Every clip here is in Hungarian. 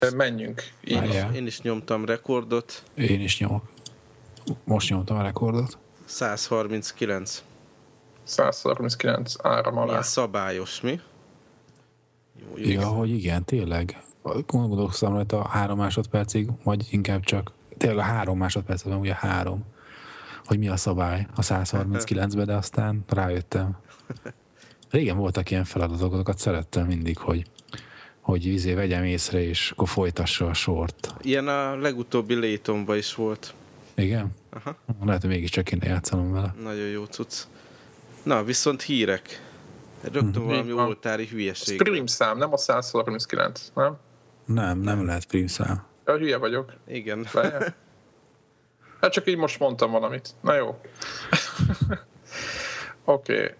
Menjünk. Én is nyomtam rekordot. Én is nyomok. Most nyomtam a rekordot. 139. 139 áram alá. Milyen szabályos, mi? Jó, ja, hogy igen, tényleg. Gondolkoztam rajta a 3 másodpercig, vagy inkább csak tényleg a 3 másodpercben, ugye 3, hogy mi a szabály a 139-ben, de aztán rájöttem. Régen voltak ilyen feladatok, azokat szerettem mindig, hogy vegyem észre, és akkor folytassa a sort. Ilyen a legutóbbi Laytonban is volt. Igen? Aha. Lehet, hogy mégiscsak kéne játszanom vele. Nagyon jó cucc. Na, viszont hírek. Rögtön valami oltári hülyeség. Stream szám, nem a 139, nem? Nem lehet prímszám. Ja, hülye vagyok. Igen. Hát csak így most mondtam valamit. Na jó. Oké.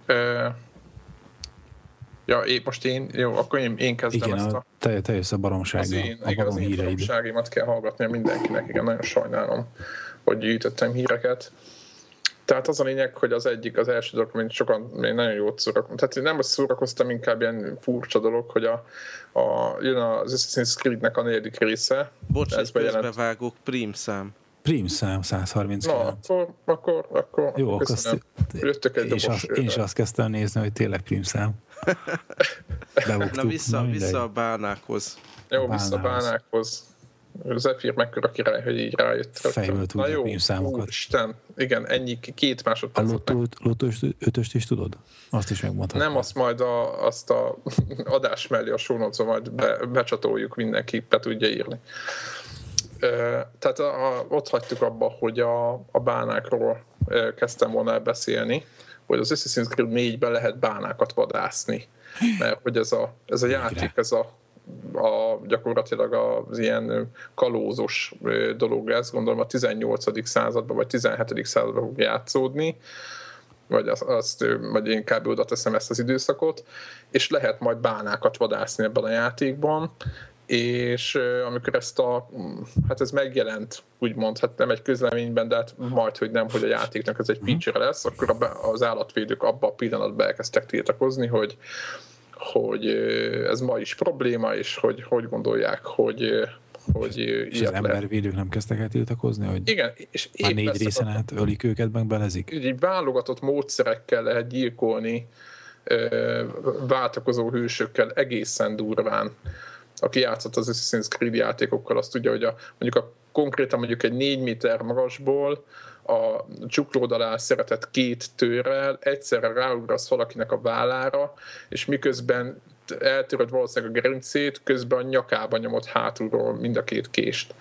Ja, most én, jó, akkor én kezdem. Igen, ezt te jössz a baromsággal. A barom híreidet. Baromságimat kell hallgatnia mindenkinek. Igen, nagyon sajnálom, hogy gyűjtöttem híreket. Tehát az a lényeg, hogy az első dolog, mint sokan még nagyon jót szórakoztam. Tehát nem azt szórakoztam, inkább ilyen furcsa dolog, hogy jön az Assassin's Creed-nek a 4. része. Bocs, hogy közbevágok, prímszám. Prímszám 139. Na, akkor jó, köszönöm. Jöttök egy dobos. Én is azt kezdtem nézni, hogy tényleg prímszám. Na vissza a bánákhoz. Jó, vissza a bánákhoz. Zephyr mekkora király, hogy így rájött. Fejből tudja a prímszámokat. Úristen, igen, ennyi 2 másodperc. A Lotto 5-öst is tudod? Azt is megmondhatod. Nem, azt majd azt a adás mellé a show notes-on majd becsatoljuk, mindenki be tudja írni. Tehát ott hagytuk abba, hogy a bánákról kezdtem volna beszélni, hogy az Assassin's Creed 4-ben lehet bánákat vadászni. Mert hogy ez a játék, ez gyakorlatilag az ilyen kalózos dolog lesz, gondolom a 18. században vagy 17. században fog játszódni, vagy én kb. Oda teszem ezt az időszakot, és lehet majd bánákat vadászni ebben a játékban, és amikor hát ez megjelent, úgymond, hát nem egy közleményben, de hát majd, hogy nem, hogy a játéknak ez egy feature lesz, akkor az állatvédők abban a pillanatban elkezdtek tiltakozni, hogy ez ma is probléma, és hogy gondolják, hogy és az embervédők nem kezdtek el tiltakozni, hogy igen, és már 4 részen át ölik őket, meg belezik? Így válogatott módszerekkel lehet gyilkolni váltakozó hősökkel egészen durván. Aki játszott az Assassin's Creed játékokkal, azt tudja, hogy konkrétan egy 4 méter magasból a csuklód alá szeretett 2 tőrrel egyszerre ráugrasz valakinek a vállára, és miközben eltöröd valószínűleg a gerincét, közben a nyakába nyomod hátulról mind a 2 kést.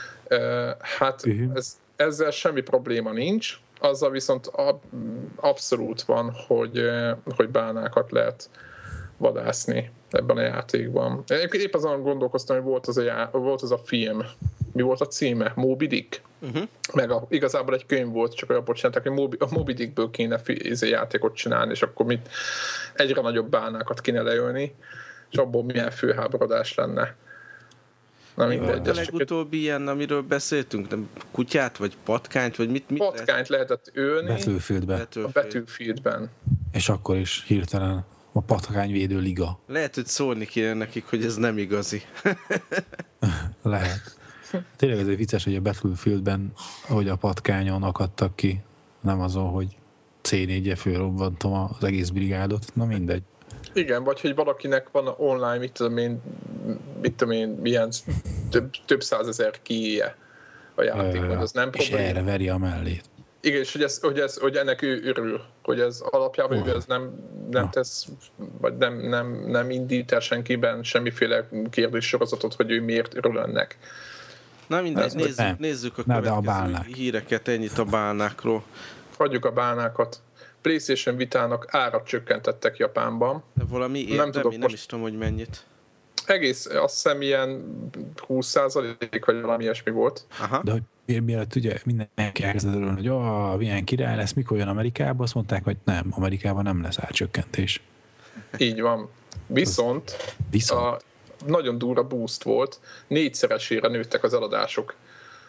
Hát ezzel semmi probléma nincs, azzal viszont abszolút van, hogy bánákat lehet vadászni ebben a játékban. Épp azon gondolkoztam, hogy volt az a film. Mi volt a címe? Moby Dick? Meg igazából egy könyv volt, csak olyan bocsánat, hogy a Moby Dickből kéne játékot csinálni, és akkor egyre nagyobb bánákat kéne leölni, és abból milyen főháborodás lenne. Na mindegy. A legutóbbi ilyen, amiről beszéltünk, nem kutyát, vagy patkányt, vagy mit? Patkányt lehetett ölni. A Battlefieldben. És akkor is hirtelen a patkányvédő liga. Lehet, hogy szólni kéne nekik, hogy ez nem igazi. Lehet. Tényleg ez egy vicces, hogy a Battlefieldben, hogy a patkányon akadtak ki, nem azon, hogy C4-je fölrobbantom az egész brigádot. Na mindegy. Igen, vagy hogy valakinek van online, mit tudom én, milyen több százezer kijéje a játékban, az nem probléma. És erre veri a mellét. Igen, és hogy ennek ő örül, hogy ez alapjában ő ez nem tesz, vagy nem indít el senkiben semmiféle kérdéssorozatot, hogy ő miért örül ennek. Na mindegy, nézzük a következő híreket, ennyit a bálnákról. Hagyjuk a bálnákat. PlayStation Vitának árat csökkentettek Japánban. De valami érdemi, nem is tudom, hogy mennyit. Egész, azt hiszem ilyen 20% vagy valami ilyesmi volt. Aha. De hogy mielőtt ugye mindenki elkezdett örülni, hogy milyen király lesz, mikor jön Amerikába, azt mondták, hogy nem, Amerikában nem lesz árcsökkentés. Így van. Viszont nagyon durva boost volt, 4-szeresére nőttek az eladások.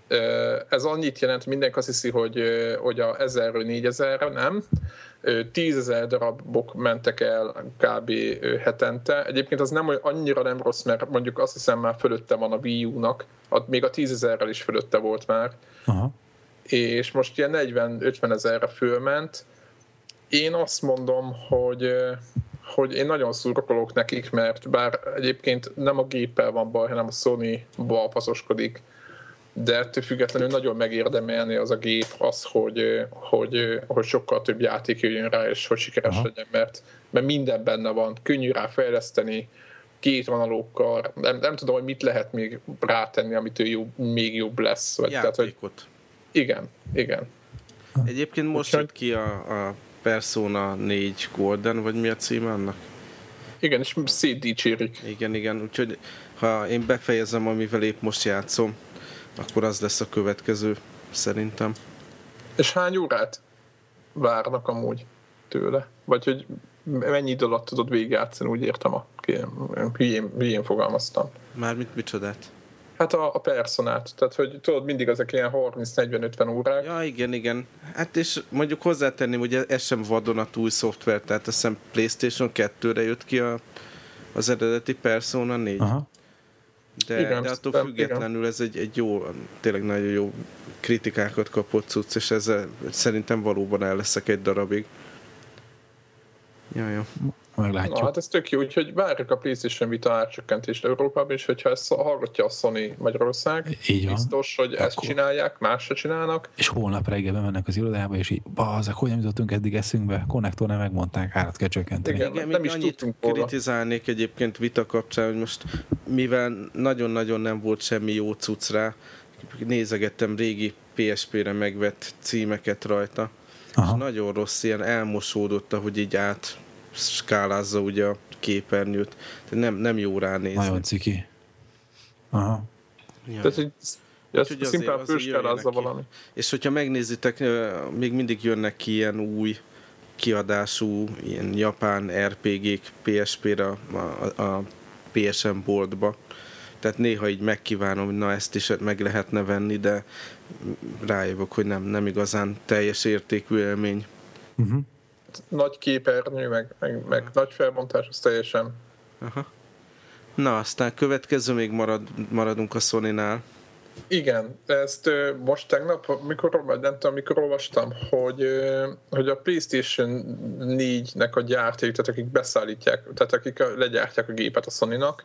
Ez annyit jelent, mindenki azt hiszi, hogy a 1000-ről 4000-re, nem. 10 000 darabok mentek el kb. Hetente. Egyébként az nem annyira nem rossz, mert mondjuk azt hiszem már fölötte van a Wii U-nak, még a 10 000-rel is fölötte volt már. Aha. És most ilyen 40-50 ezerre fölment. Én azt mondom, hogy én nagyon szurkolok nekik, mert bár egyébként nem a géppel van baj, hanem a Sony balfaszoskodik, de ettől függetlenül nagyon megérdemelni az a gép az, hogy sokkal több játék jöjjön rá, és hogy sikeres legyen, mert minden benne van, könnyű rá fejleszteni, két vonalókkal, nem tudom, hogy mit lehet még rátenni, amitől még jobb lesz. Vagy játékot. Tehát, igen. Egyébként most jött ki a Persona 4 Golden, vagy mi a címe annak? Igen, és szétdicsérik. Igen, úgyhogy ha én befejezem, amivel épp most játszom, akkor az lesz a következő, szerintem. És hány órát várnak amúgy tőle? Vagy hogy mennyi idő alatt tudod végigjátszani, úgy értem, hülyén fogalmaztam. Mármint micsodát? Hát a Personát, tehát hogy tudod, mindig ezek ilyen 30-40-50 órák. Ja, igen. Hát és mondjuk hozzátenném, hogy ez sem vadonatúj szoftver, tehát azt hiszem PlayStation 2-re jött ki az eredeti Persona 4. Aha. De attól függetlenül ez egy jó, tényleg nagyon jó kritikákat kapott cucc, és ezzel szerintem valóban el leszek egy darabig. Ja. Meglátjuk. Na, hát ez tök jó, úgyhogy várjuk a PlayStation Vita árcsökkentést Európában, és hogyha ezt hallgatja a Sony Magyarország, biztos, hogy akkor ezt csinálják, másra csinálnak. És holnap reggel bemennek az irodába, és így, bazeg, hogy nem jutottunk eddig eszünkbe, konnektornál megmondták, árat kell csökkenteni. Igen, nem is annyit kritizálnék egyébként Vita kapcsán, hogy most, mivel nagyon-nagyon nem volt semmi jó cucc rá, nézegettem régi PSP-re megvett címeket rajta, és nagyon rossz, ilyen elmosódott, ahogy így skálázza ugye a képernyőt. Tehát nem jó ránézni. Nagyon ciki. Aha. Ja. Tehát, hogy szimplán főskálázza valami. És hogyha megnézitek, még mindig jönnek ki ilyen új kiadású, ilyen japán RPG-k PSP-re a PSN boltba. Tehát néha így megkívánom, hogy na ezt is meg lehetne venni, de rájövök, hogy nem igazán teljes értékű élmény. Uh-huh. Nagy képernyő, meg nagy felbontás, az teljesen. Aha. Na, aztán következő még maradunk a Sony-nál. Igen, ezt most tegnap, mikor olvastam, hogy a PlayStation 4-nek a gyártók, tehát akik beszállítják, tehát akik legyártják a gépet a Sony-nak,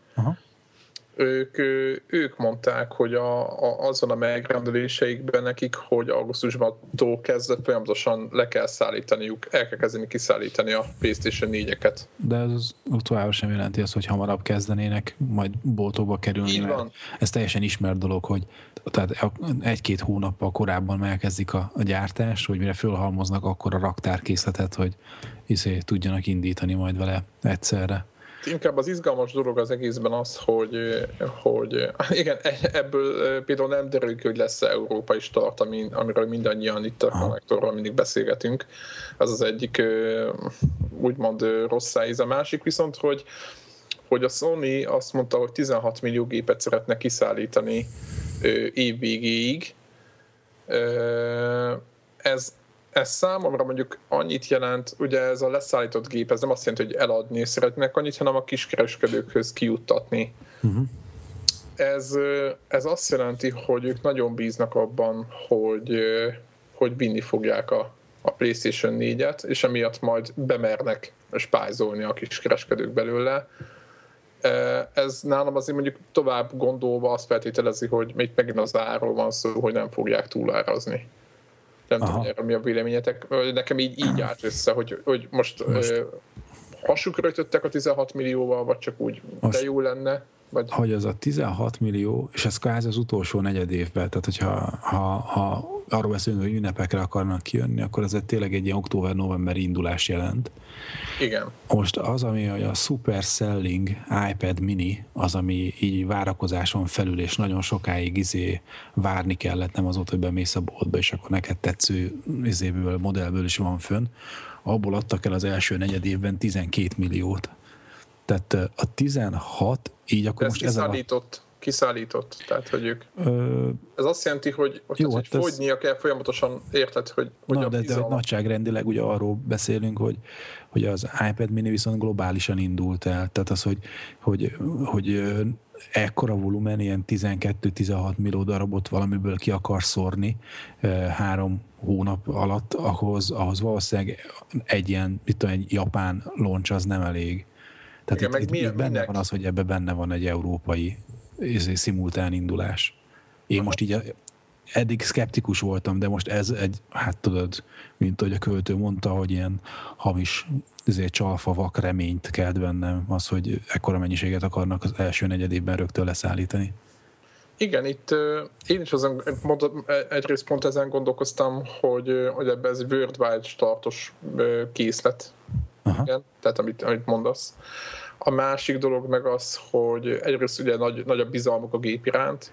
ők mondták, hogy azon a megrendeléseikben nekik, hogy augusztusban kezdve folyamatosan el kell kezdeni kiszállítani a PlayStation 4-eket. De ez továbbra sem jelenti azt, hogy hamarabb kezdenének majd boltokba kerülni, mert ez teljesen ismert dolog, hogy tehát 1-2 hónappal korábban elkezdik a gyártást, hogy mire fölhalmoznak akkor a raktárkészletet, hogy tudjanak indítani majd vele egyszerre. Inkább az izgalmas dolog az egészben az, hogy igen, ebből például nem derül ki, hogy lesz-e európai start, amiről mindannyian itt a konnektorról mindig beszélgetünk. Ez az egyik úgymond rossz szájíz. A másik viszont, hogy a Sony azt mondta, hogy 16 millió gépet szeretne kiszállítani év végéig. Ez számomra mondjuk annyit jelent, ugye ez a leszállított gép, ez nem azt jelenti, hogy eladni szeretnének annyit, hanem a kiskereskedőkhöz kijuttatni. Uh-huh. Ez azt jelenti, hogy ők nagyon bíznak abban, hogy vinni fogják a PlayStation 4-et, és emiatt majd bemernek spájzolni a kiskereskedők belőle. Ez nálam azért mondjuk tovább gondolva azt feltételezi, hogy még megint az árról van szó, hogy nem fogják túlárazni. Nem tudom, erről mi a véleményetek. Nekem így állt össze, hogy most hasukra ütöttek a 16 millióval, vagy csak úgy, de jó lenne. Vagy... Hogy az a 16 millió, és ez kvázi az utolsó negyed évben, tehát hogyha arról beszélünk, hogy ünnepekre akarnak kijönni, akkor ez tényleg egy ilyen október-novemberi indulás jelent. Igen. Most az, ami a super selling iPad mini, az, ami így várakozáson felül, és nagyon sokáig várni kellett, nem az ott, hogy bemész a boltba, és akkor neked tetsző modellből is van fönn, abból adtak el az első negyed évben 12 milliót. Tehát a 16, így akkor ez most kiszállított kiszállított. Tehát, hogy ők... Ez azt jelenti, hogy fogynia kell folyamatosan, érted, hogy de nagyságrendileg ugye arról beszélünk, hogy az iPad mini viszont globálisan indult el. Tehát az, hogy ekkora volumen, ilyen 12-16 millió darabot valamiből ki akar szórni 3 hónap alatt, ahhoz valószínűleg egy japán launch az nem elég. Tehát itt benne van az, hogy ebben benne van egy európai szimultán indulás. Én most így eddig szkeptikus voltam, de most ez hát tudod, mint ahogy a költő mondta, hogy ilyen hamis csalfavak reményt kelt bennem az, hogy ekkora mennyiséget akarnak az első negyedében rögtön leszállítani. Igen, itt én is egyrészt pont ezen gondolkoztam, hogy ebben ez worldwide startos készlet. Igen, tehát amit mondasz. A másik dolog meg az, hogy egyrészt ugye nagy a bizalmuk a gép iránt.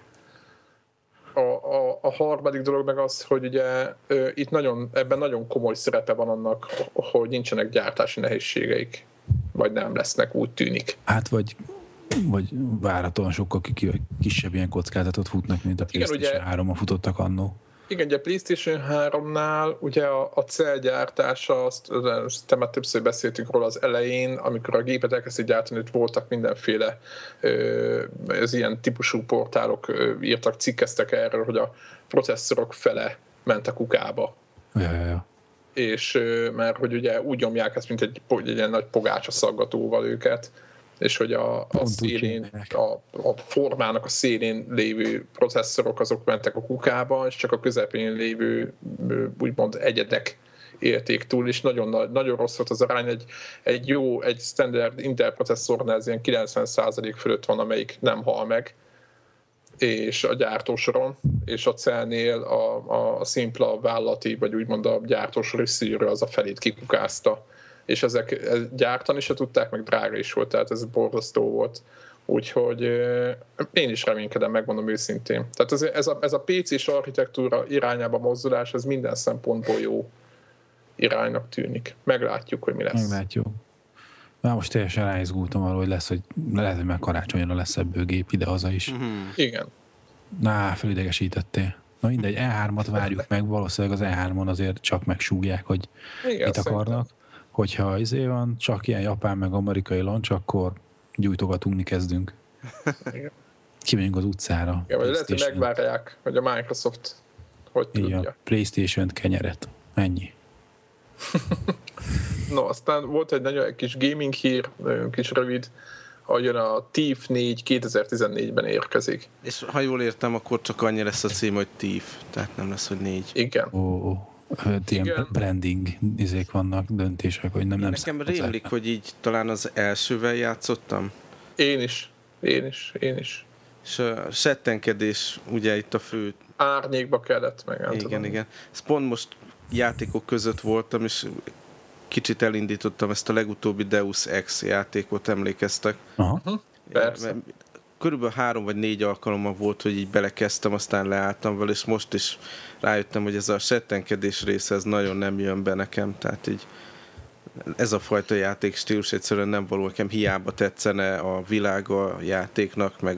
A harmadik dolog meg az, hogy ugye itt ebben nagyon komoly szerepe van annak, hogy nincsenek gyártási nehézségeik, vagy nem lesznek, úgy tűnik. Hát vagy várhatóan sokkal kisebb ilyen kockázatot futnak, mint a PlayStation 3-on futottak annó. Igen, ugye a PlayStation 3-nál ugye a cellgyártása, azt már többször beszéltünk róla az elején, amikor a gépet elkezdték gyártani, hogy voltak mindenféle az ilyen típusú portálok írtak, cikkeztek erről, hogy a processzorok fele ment a kukába. Ja. És mert hogy ugye úgy nyomják ezt, mint egy ilyen nagy pogácsa szaggatóval őket, és hogy a szélén, a formának a szélén lévő processzorok azok mentek a kukába, és csak a közepén lévő úgymond egyedek élték túl, és nagyon rossz volt az arány, egy standard Intel processzornál ez ilyen 90% fölött van, amelyik nem hal meg, és a gyártósoron, és a cellnél a szimpla vállalati, vagy úgymond a gyártós részéről az a felét kikukázta, és ezek gyártani se tudták, meg drága is volt, tehát ez borzasztó volt. Úgyhogy én is reménykedem, megmondom őszintén. Tehát ez a PC-s architektúra irányába mozdulás, ez minden szempontból jó iránynak tűnik. Meglátjuk, hogy mi lesz. Meglátjuk. Már most teljesen ráizgultam arra, hogy lehet, hogy már karácsonyra lesz ebből gép ide-haza is. Mm-hmm. Igen. Felidegesítettél. Na mindegy, E3-at várjuk meg, valószínűleg az E3-on azért csak megsúgják, hogy igen, mit akarnak. Hogyha van, csak ilyen japán meg amerikai launch, akkor gyújtogatunk, kezdünk. Kimegyünk az utcára. Igen, vagy lehet, hogy megvárják, hogy a Microsoft hogy tudja. Igen, PlayStation-t, kenyeret. Ennyi. No, aztán volt egy kis gaming hír, nagyon kis rövid, ahogyan a Thief 4 2014-ben érkezik. És ha jól értem, akkor csak annyi lesz a cím, hogy Thief, tehát nem lesz, hogy 4. Igen. Ilyen branding izék vannak, döntések, hogy nem nekem rémlik, hogy így talán az elsővel játszottam. Én is. És a settenkedés ugye itt a fő... Árnyékba kellett meg. Igen. Ez pont most játékok között voltam, és kicsit elindítottam ezt a legutóbbi Deus Ex játékot, emlékeztek? Aha. Persze. Körülbelül 3 vagy 4 alkalommal volt, hogy így belekezdtem, aztán leálltam vele, és most is rájöttem, hogy ez a settenkedés része, ez nagyon nem jön be nekem, tehát így ez a fajta játékstílus egyszerűen nem való, nekem hiába tetszene a világa a játéknak, meg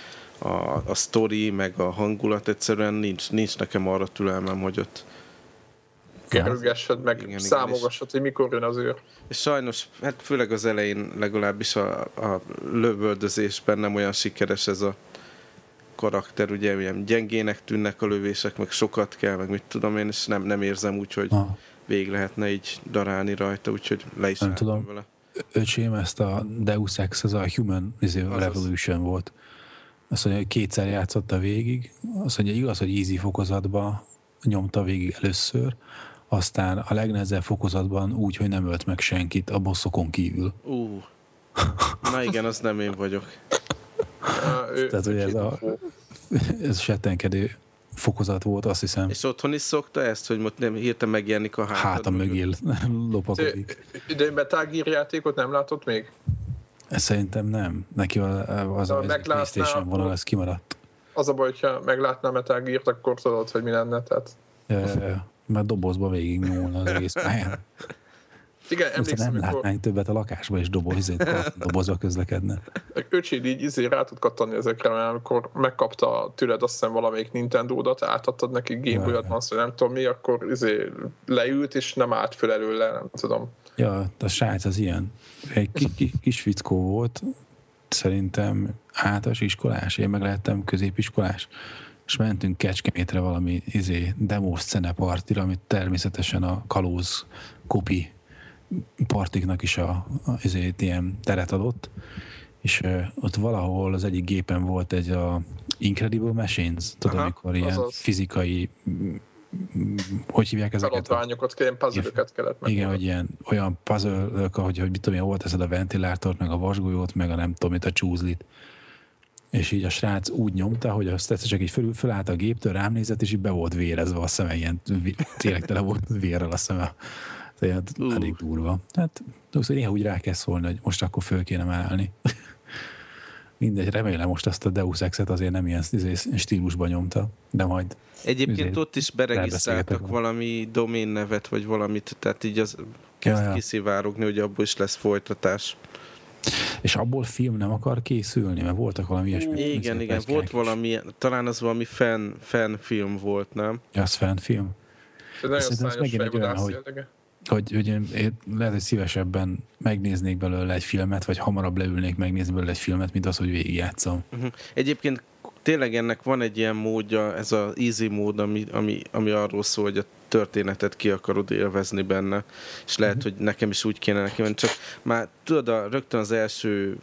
a sztori, meg a hangulat, egyszerűen nincs nekem arra türelmem, hogy ott kerülgessed meg, igen, számogassad, hogy mikor jön az őr. És sajnos, hát főleg az elején legalábbis a lövöldözésben nem olyan sikeres ez a karakter, ugye ilyen gyengének tűnnek a lövések, meg sokat kell, meg mit tudom én, és nem érzem úgy, hogy végig lehetne így darálni rajta, úgyhogy le is nem tudom vele. Öcsém, ezt a Deus Ex, ez a Human Revolution volt. Azt mondja, hogy 2-szer játszotta végig, azt mondja, igaz, hogy easy fokozatba nyomta végig először, aztán a legnehezebb fokozatban úgy, hogy nem ölt meg senkit a bosszokon kívül. Na igen, az nem én vagyok. Tehát, hogy ez settenkedő fokozat volt, azt hiszem. És otthon is szokta ezt, hogy most nem hirtelen megjelenik a háta mögül lopakodik. De Metal Gear játékot nem látott még? Szerintem nem. Neki az a PlayStation vonal, ez kimaradt. Az a baj, hogyha meglátná Metal Gear-t, akkor tudod, hogy mi lenne, tehát... Mert dobozba végig nyúlna az egész pályán. Igen, emlékszem, nem látnánk többet a lakásba, és dobozba közlekedne. Öcséd így rá tud kattani ezekre, mert amikor megkapta tőled azt hiszem valamelyik Nintendo-dat, átadtad neki Game Boy Advance, vagy nem tudom mi, akkor leült, és nem állt föl előle, nem tudom. Ja, a srác az ilyen. Egy kis fickó volt, szerintem általános iskolás, én meg lehettem középiskolás, és mentünk Kecskemétre valami demo szene partira, amit természetesen a kalóz kopi partiknak is ilyen teret adott, és ott valahol az egyik gépen volt egy a Incredible Machines, tudod, amikor ilyen fizikai, hogy hívják ezeket? Feladványokat, ilyen puzzle-öket kellett meg. Igen, hogy olyan puzzle-ök, hogy mit tudom én, hol teszed a ventilátort, meg a vasgolyót, meg a nem tudom, mint a csúzlit. És így a srác úgy nyomta, hogy azt egyszer csak így fölállt a géptől, rám nézett, és így be volt vérezve a szeme, ilyen tényleg tele volt vérrel a szeme. Tehát elég durva. Hát néha úgy rá kell szólni, hogy most akkor föl kéne állni. Mindegy, remélem most azt a Deus Ex-et azért nem ilyen stílusban nyomta, de majd... Egyébként ott is beregisztráltak valami doménnevet, vagy valamit, tehát így az kezd kiszivárogni, hogy abból is lesz folytatás. És abból film nem akar készülni, mert voltak valami ilyesmi. Igen, volt valami, talán az valami fan film volt, nem? Ja, az fan film. Szerintem ez megint egy olyan, hogy én lehet, hogy szívesebben megnéznék belőle egy filmet, vagy hamarabb leülnék megnézni belőle egy filmet, mint az, hogy végigjátszom. Egyébként tényleg ennek van egy ilyen módja, ez az easy mód, ami arról szól, hogy a történetet ki akarod élvezni benne, és lehet, hogy nekem is úgy kéne neki menni, csak már tudod, rögtön az első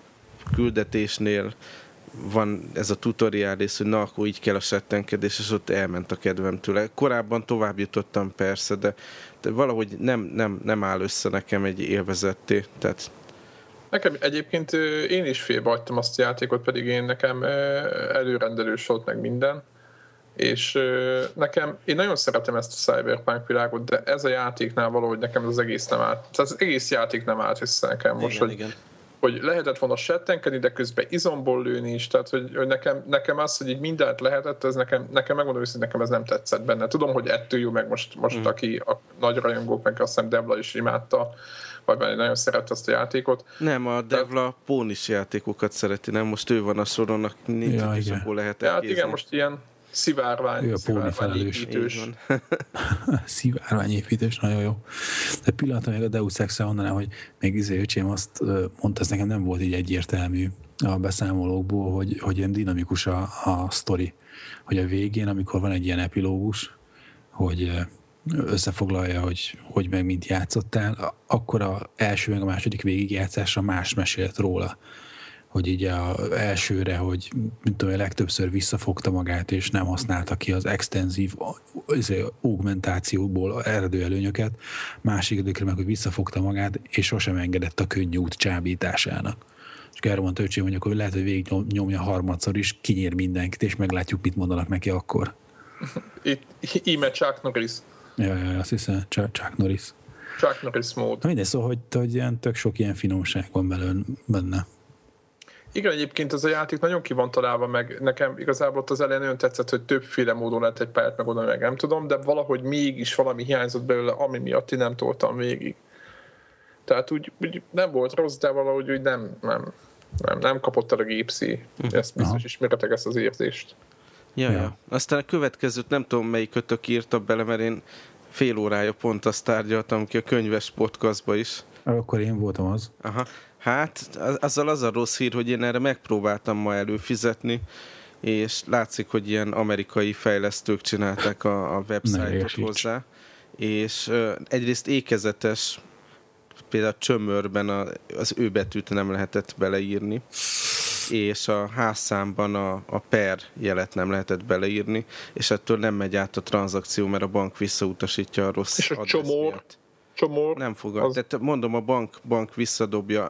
küldetésnél van ez a tutoriál rész, hogy na, akkor így kell a settenkedés, és ott elment a kedvem tőle. Korábban tovább jutottam persze, de valahogy nem áll össze nekem egy élvezetté. Tehát... Nekem egyébként én is félbehagytam azt a játékot, pedig nekem előrendelős volt meg minden, és én nagyon szeretem ezt a Cyberpunk világot, de ez a játéknál valahogy nekem az egész nem állt. Tehát az egész játék nem állt össze nekem most, hogy lehetett volna settenkedni, de közben izomból lőni is, tehát hogy nekem az, hogy így mindent lehetett, ez nekem megmondom őszintén, nekem ez nem tetszett benne. Tudom, hogy ettől jó, meg most aki a nagy rajongók, meg azt hiszem Devla is imádta, vagy nagyon szerette azt a játékot. Nem, a Devla pónis játékokat szereti, nem? Most ő van a soron, nincs izomból lehet elkézni. Hát igen, most ilyen szivárványépítős. Szivárványépítős, nagyon jó. De pillanatra még a Deus Ex-re mondanám, hogy még öcsém azt mondta, ez nekem nem volt így egyértelmű a beszámolókból, hogy ilyen dinamikus a sztori. Hogy a végén, amikor van egy ilyen epilógus, hogy összefoglalja, hogy meg mint játszottál, akkor az első meg a második végigjátszásra más mesélt róla. Hogy így az elsőre, hogy mint tudom, legtöbbször visszafogta magát, és nem használta ki az extenzív augmentációból eredő előnyöket, másik időkre meg, hogy visszafogta magát, és sosem engedett a könnyű út csábításának. És erre mondta öcsém, hogy akkor lehet, hogy végig nyomja harmadszor is, kinyír mindenkit, és meglátjuk, mit mondanak neki akkor. Íme Chuck Norris. Ja, azt hiszem, Chuck Norris. Chuck Norris mód. Na mindegy, szóval, hogy ilyen tök sok ilyen finomság van benne. Igen, egyébként ez a játék nagyon ki van találva, meg nekem igazából ott az elején nagyon tetszett, hogy többféle módon lehet egy pályát megoldani, meg nem tudom, de valahogy mégis valami hiányzott belőle, ami miatt én nem toltam végig. Tehát úgy nem volt rossz, de valahogy úgy nem kapott el a gépszi. Ezt biztos ismertek ezt az érzést. Ja. Aztán a következőt nem tudom, melyikötök írta bele, mert én fél órája pont azt tárgyaltam ki a könyves podcastba is. Akkor én voltam az. Aha. Hát, azzal az a rossz hír, hogy én erre megpróbáltam ma előfizetni, és látszik, hogy ilyen amerikai fejlesztők csinálták a websájtot hozzá, és egyrészt ékezetes, például csömörben az ő betűt nem lehetett beleírni, és a házszámban a per jelet nem lehetett beleírni, és ettől nem megy át a tranzakció, mert a bank visszautasítja a rossz adresz miatt. Csomor. Nem fogad. Tehát mondom, a bank visszadobja.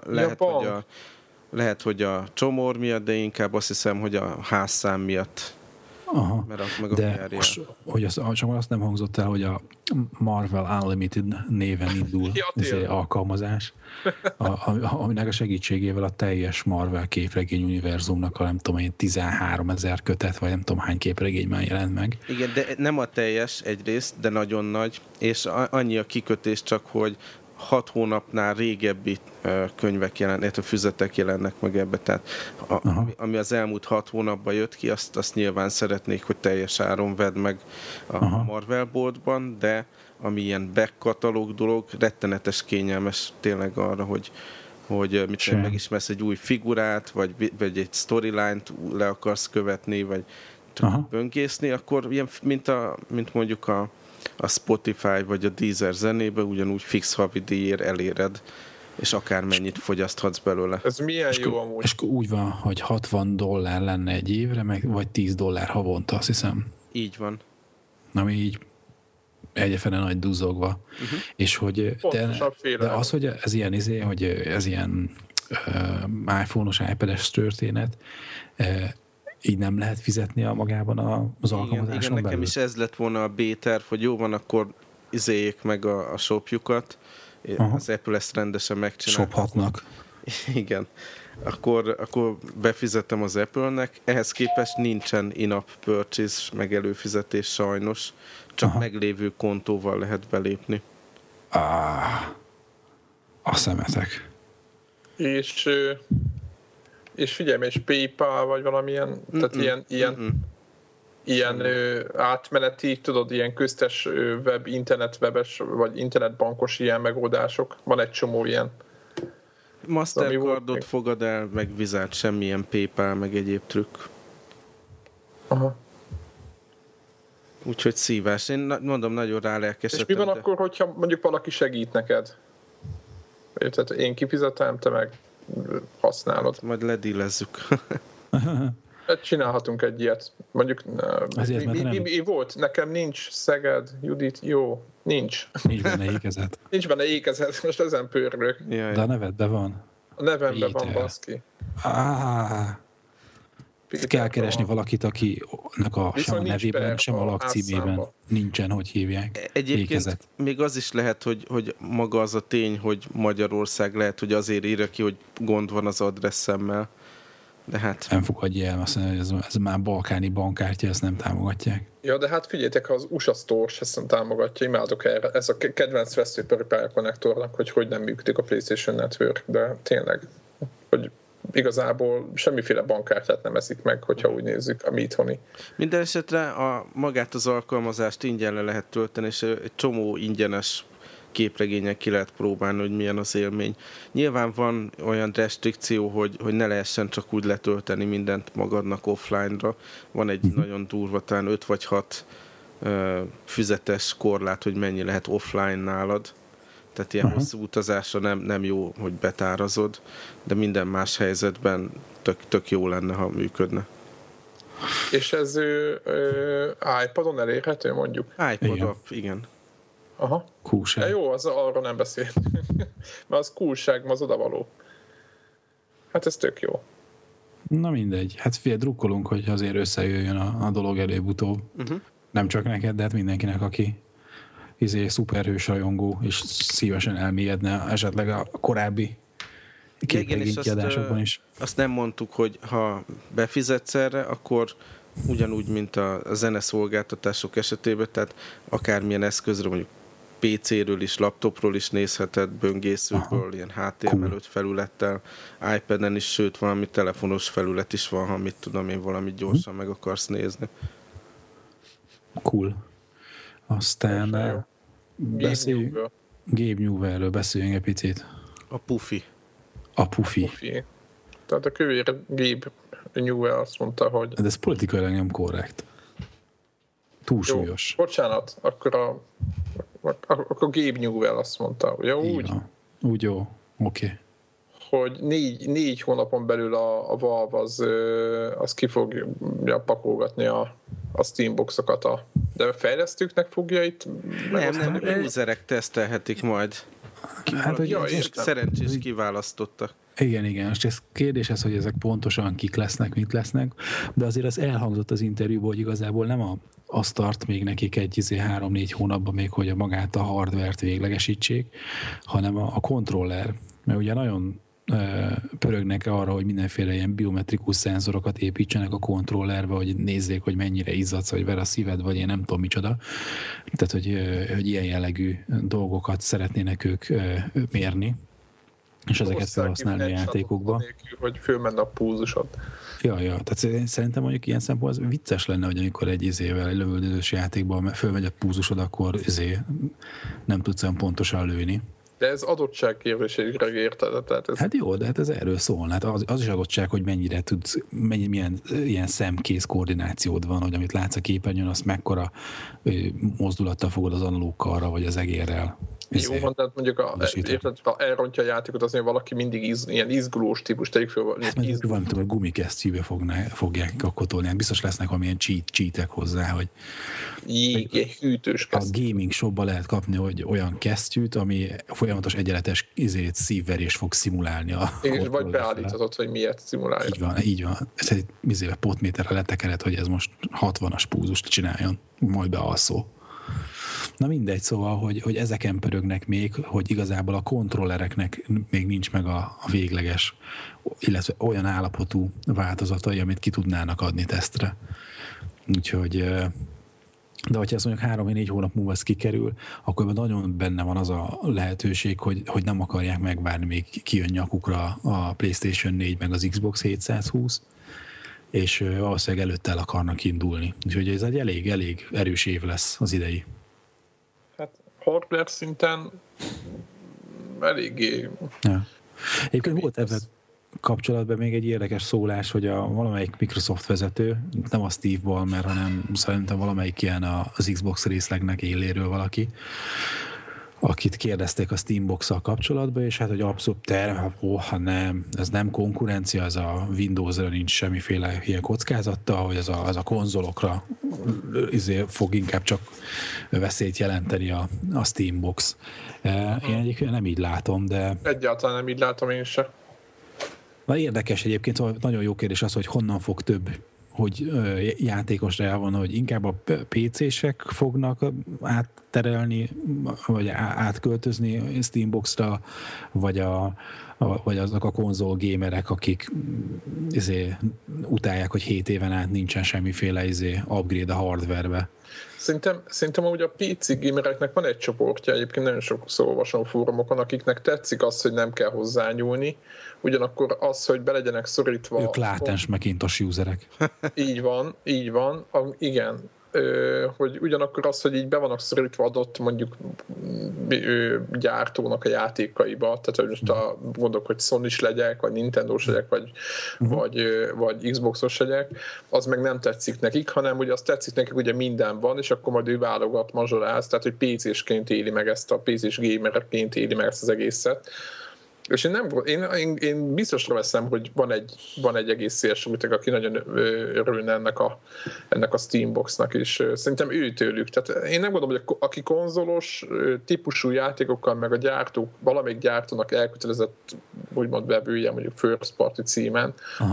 Lehet, hogy a csomor miatt, de inkább azt hiszem, hogy a házszám miatt. Aha. De hogy azt nem hangzott el, hogy a Marvel Unlimited néven indul alkalmazás, aminek a segítségével a teljes Marvel képregény univerzumnak a nem tudom én 13 000 kötet, vagy nem tudom hány képregény már jelent meg. Igen, de nem a teljes egyrészt, de nagyon nagy, és annyi a kikötés csak, hogy 6 hónapnál régebbi könyvek illetve füzetek jelennek meg ebbe, tehát ami az elmúlt 6 hónapban jött ki, azt nyilván szeretnék, hogy teljes áron vedd meg a Marvel boltban, de ami ilyen back katalóg dolog, rettenetes kényelmes tényleg arra, hogy megismersz egy új figurát, vagy egy storyline-t le akarsz követni, vagy csak böngészni, akkor ilyen, mint mondjuk a Spotify vagy a Deezer zenébe ugyanúgy fix havidíjért eléred, és akármennyit fogyaszthatsz belőle. Ez milyen jó amúgy. És úgy van, hogy $60 lenne egy évre, vagy $10 havonta, azt hiszem. Így van. Ami így egyfele nagy duzzogva. És hogy de az, hogy ez ilyen hogy ez ilyen iPhone-os, iPad-es történet, így nem lehet fizetni magában az alkalmazáson igen, nekem is ez lett volna a B-terv, hogy jó van, akkor izéljék meg a shopjukat. Az Apple ezt rendesen megcsinálta. Shophatnak. Igen. Akkor befizetem az Apple-nek. Ehhez képest nincsen in-app purchase, meg előfizetés sajnos. Csak meglévő kontóval lehet belépni. A szemetek. És figyelj, és PayPal, vagy valamilyen, tehát ilyen átmeneti, tudod, ilyen köztes internetwebes, vagy internetbankos ilyen megoldások. Van egy csomó ilyen. Mastercardot fogad el, meg Vizát, semmilyen PayPal, meg egyéb trükk. Úgyhogy szívás. Én mondom, nagyon rálelkesedtem. És mi van akkor, hogyha mondjuk valaki segít neked? Tehát én kifizetem, te meg használod. Majd ledílezzük. Csinálhatunk egy ilyet. Mondjuk mi volt? Nekem nincs Szeged, Judit, jó, nincs. Nincs benne ékezet. Nincs benne ékezet, most ezen pörgök. De a nevedben van. A nevemben van, baszki. Kell keresni valakit, akinek sem a nevében, sem a lakcímében nincsen, hogy hívják. Egyébként ékezet. Még az is lehet, hogy maga az a tény, hogy Magyarország lehet, hogy azért írja ki, hogy gond van az adresszemmel. De hát... Nem fogadja el, azt mondja, hogy ez már balkáni bankkártya, ezt nem támogatják. Ja, de hát figyeljetek, ha az USA Stores ezt nem támogatja, imádok erre. Ez a kedvenc veszőpörpál konnektornak, hogy nem működik a PlayStation Network, de tényleg, hogy igazából semmiféle bankkártyát nem eszik meg, hogyha úgy nézzük, ami itthoni. Minden esetre magát az alkalmazást ingyen le lehet tölteni, és egy csomó ingyenes képregényen ki lehet próbálni, hogy milyen az élmény. Nyilván van olyan restrikció, hogy ne lehessen csak úgy letölteni mindent magadnak offline-ra. Van egy nagyon durva, talán 5 vagy 6 füzetes korlát, hogy mennyi lehet offline nálad. Tehát ilyen hosszú utazásra nem jó, hogy betárazod, de minden más helyzetben tök jó lenne, ha működne. És ez iPadon elérhető, mondjuk? iPad app, igen. Aha. Coolság. De jó, arról nem beszéltünk. Mert az coolság, az odavaló. Hát ez tök jó. Na mindegy. Hát figyelj, drukkolunk, hogy azért összejöjjön a dolog előbb-utóbb. Nem csak neked, de hát mindenkinek, aki szuperhős rajongó, és szívesen elmélyedne esetleg a korábbi képregénykiadásokban is. Azt nem mondtuk, hogy ha befizetsz erre, akkor ugyanúgy, mint a zeneszolgáltatások esetében, tehát akármilyen eszközről, mondjuk PC-ről is, laptopról is nézheted, böngészőből, ilyen HTML5 felülettel, iPad-en is, sőt, valami telefonos felület is van, ha mit tudom én, valamit gyorsan meg akarsz nézni. Cool. Aztán Gabe Newellről beszéljünk egy picit. A Puffy. A Puffy. Tehát a kövér Gabe Newell azt mondta, hogy... De ez politikailag nem korrekt. Túlsúlyos. Jó, bocsánat, akkor Gabe Newell azt mondta. Ja, úgy jó, oké. Hogy négy hónapon belül a Valve az ki fogja pakolgatni a Steamboxokat. De fejlesztőknek fogja itt... Nem, userek tesztelhetik majd. Hát, hogy szerencsés kiválasztottak. Igen. És ez kérdés ez, hogy ezek pontosan kik lesznek, mit lesznek, de azért az elhangzott az interjúból, hogy igazából nem az tart még nekik egy 3-4 hónapban még, hogy magát a hardvert véglegesítsék, hanem a kontroller. Mert ugye nagyon pörögnek arra, hogy mindenféle ilyen biometrikus szenzorokat építsenek a kontrollerbe, hogy nézzék, hogy mennyire izzadsz, vagy ver a szíved, vagy én nem tudom micsoda. Tehát, hogy ilyen jellegű dolgokat szeretnének ők mérni, és ezeket felhasználni a játékokba. Hogy fölmenne a pulzusod. Ja, tehát szerintem mondjuk ilyen szempontból az vicces lenne, hogy amikor egy lövöldözős játékban fölmegy a pulzusod, akkor nem tudsz olyan pontosan lőni. De ez adottságkérdésére érted? Tehát ez... Hát jó, de hát ez erről szól. Hát az is adottság, hogy mennyire tudsz, milyen ilyen szemkész koordinációd van, hogy amit látsz a képernyőn, azt mekkora mozdulattal fogod az analógkarra, vagy az egérrel. Jó van, tehát mondjuk érted, ha elrontja a játékot, azért valaki mindig ilyen izgulós típus, tegyük föl. Hát valamint a gumikesztyűbe fogják kakotolni. Hát biztos lesznek valamilyen cheatek hozzá, hogy hűtős kesztyű. A gaming shopba lehet kapni, hogy olyan kesztyűt, ami folyamatos egyenletes szívverés fog szimulálni. És vagy beállíthatod, hogy miért szimulálja. Így van. Ez egy potméterre letekered, hogy ez most 60-as púzust csináljon, majd bealszó. Na mindegy, szóval, hogy ezeken pörögnek még, hogy igazából a kontrollereknek még nincs meg a végleges, illetve olyan állapotú változatai, amit ki tudnának adni tesztre. Úgyhogy, de hogyha ezt mondjuk 3-4 hónap múlva ez kikerül, akkor nagyon benne van az a lehetőség, hogy nem akarják megvárni, még kijön nyakukra a PlayStation 4 meg az Xbox 720, és valószínűleg előtte el akarnak indulni. Úgyhogy ez egy elég erős év lesz az idei. Hát hardware szinten eléggé... Ja. Egyébként volt ebben kapcsolatban még egy érdekes szólás, hogy valamelyik Microsoft vezető, nem a Steve Ballmer, hanem szerintem valamelyik ilyen az Xbox részlegnek éléről valaki, akit kérdezték a Steambox-szal kapcsolatban, és hát, hogy abszolút nem, ez nem konkurencia, ez a Windows-ra nincs semmiféle ilyen kockázata, hogy ez a konzolokra fog inkább csak veszélyt jelenteni a Steambox. Én egyébként nem így látom, de... Egyáltalán nem így látom én se. Na érdekes egyébként, nagyon jó kérdés az, hogy honnan fog több hogy játékos rá van, hogy inkább a PC-sek fognak átterelni, vagy átköltözni Steambox-ra, vagy azok a konzol gamerek, akik utálják, hogy 7 éven át nincsen semmiféle upgrade a hardware-be. Szerintem ugye a PC gamereknek van egy csoportja, egyébként nagyon sok olvasom fórumokon, akiknek tetszik az, hogy nem kell hozzányúlni, ugyanakkor az, hogy be legyenek szorítva... Ők látens Macintosh userek. Így van, igen. Hogy ugyanakkor az, hogy így be vannak szorítva adott mondjuk gyártónak a játékaiba, tehát hogy most mondok, hogy Sony-s legyek, vagy Nintendo-s legyek, vagy Xbox-os legyek, az meg nem tetszik nekik, hanem ugye az tetszik nekik, ugye minden van, és akkor majd ő válogat, mazsoláz, tehát hogy PC-sként éli meg ezt, a PC-s gamerként éli meg ezt az egészet. És én biztosra veszem, hogy van egy egész széles úteg, aki nagyon örülne ennek a Steamboxnak, és szerintem őtőlük. Tehát én nem gondolom, hogy aki konzolos típusú játékokkal, meg a gyártók, valamelyik gyártónak elkötelezett, úgymond vevője, mondjuk first party címen,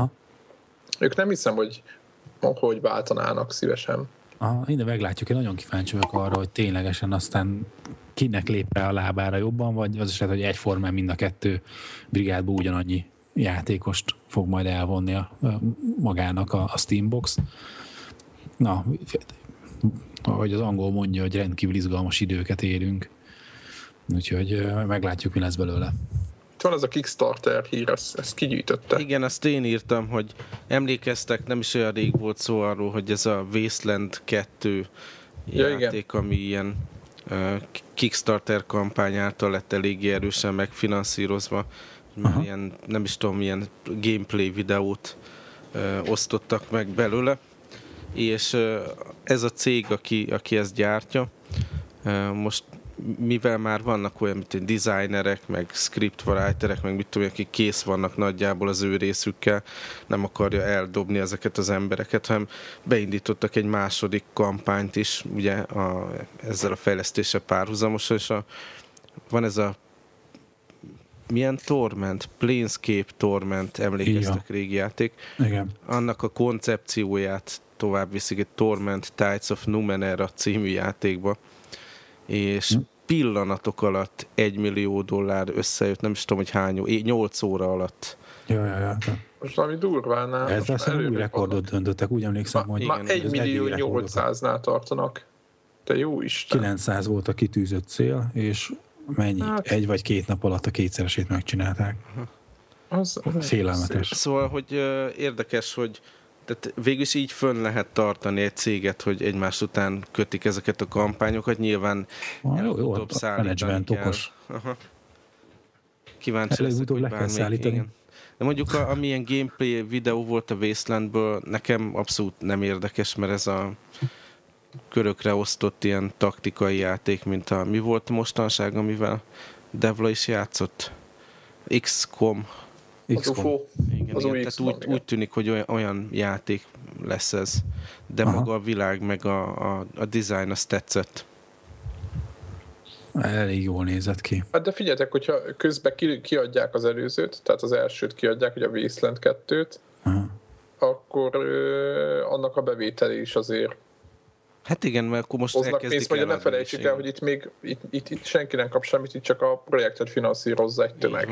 ők nem hiszem, hogy váltanának szívesen. Innen meglátjuk, én nagyon kíváncsi vagyok arra, hogy ténylegesen aztán kinek lép rá a lábára jobban, vagy az is lehet, hogy egyformán mind a kettő brigádból ugyanannyi játékost fog majd elvonni magának a Steambox. Na, ahogy az angol mondja, hogy rendkívül izgalmas időket élünk. Úgyhogy meglátjuk, mi lesz belőle. Van ez a Kickstarter hír, ezt kigyűjtötte. Igen, azt én írtam, hogy emlékeztek, nem is olyan rég volt szó arról, hogy ez a Wasteland 2 játék, igen, ami ilyen Kickstarter kampány által lett eléggé erősen megfinanszírozva. Már ilyen, nem is tudom, milyen gameplay videót osztottak meg belőle. És ez a cég, aki ezt gyártja, most mivel már vannak olyan, mint designerek, meg scriptwriterek, meg mit tudom, akik kész vannak nagyjából az ő részükkel, nem akarja eldobni ezeket az embereket, hanem beindítottak egy második kampányt is, ugye ezzel a fejlesztéssel párhuzamosan, és van ez a milyen Torment? Planescape Torment, emlékeztek, régi játék. Igen. Annak a koncepcióját tovább viszik egy Torment Tides of Numenera című játékba, és pillanatok alatt $1 millió összejött, nem is tudom, hogy hány, 8 óra alatt. Ja. Most valami durvánál. Ezzel szerintem új rekordot döntöttek, úgy emlékszem, hogy... Már 1.800.000-nál tartanak. Te jó Isten. 900 volt a kitűzött cél, és mennyi? Hát, 1 vagy 2 nap alatt a kétszeresét megcsinálták. Az félelmetes. Szóval, hogy érdekes, hogy tehát végül is így fönn lehet tartani egy céget, hogy egymás után kötik ezeket a kampányokat, nyilván jó, a menedzsment okos. Kíváncsi leszek, hogy bármelyik, igen. De mondjuk amilyen gameplay videó volt a Wastelandből, nekem abszolút nem érdekes, mert ez a körökre osztott ilyen taktikai játék, mint mi volt mostanság, amivel Devla is játszott? XCOM. Az UFO. Igen, tehát úgy tűnik, hogy olyan játék lesz ez. De maga a világ, meg a design, az tetszett. Elég jól nézett ki. Hát de figyeljetek, hogyha közben kiadják az előzőt, tehát az elsőt kiadják, ugye a Wasteland 2-t, akkor annak a bevételi is azért hát igen, mert akkor most hoznak pénzt, vagy ne felejtsük el, hogy itt még itt senki nem kap semmit, itt csak a projektet finanszírozza egy tömeg.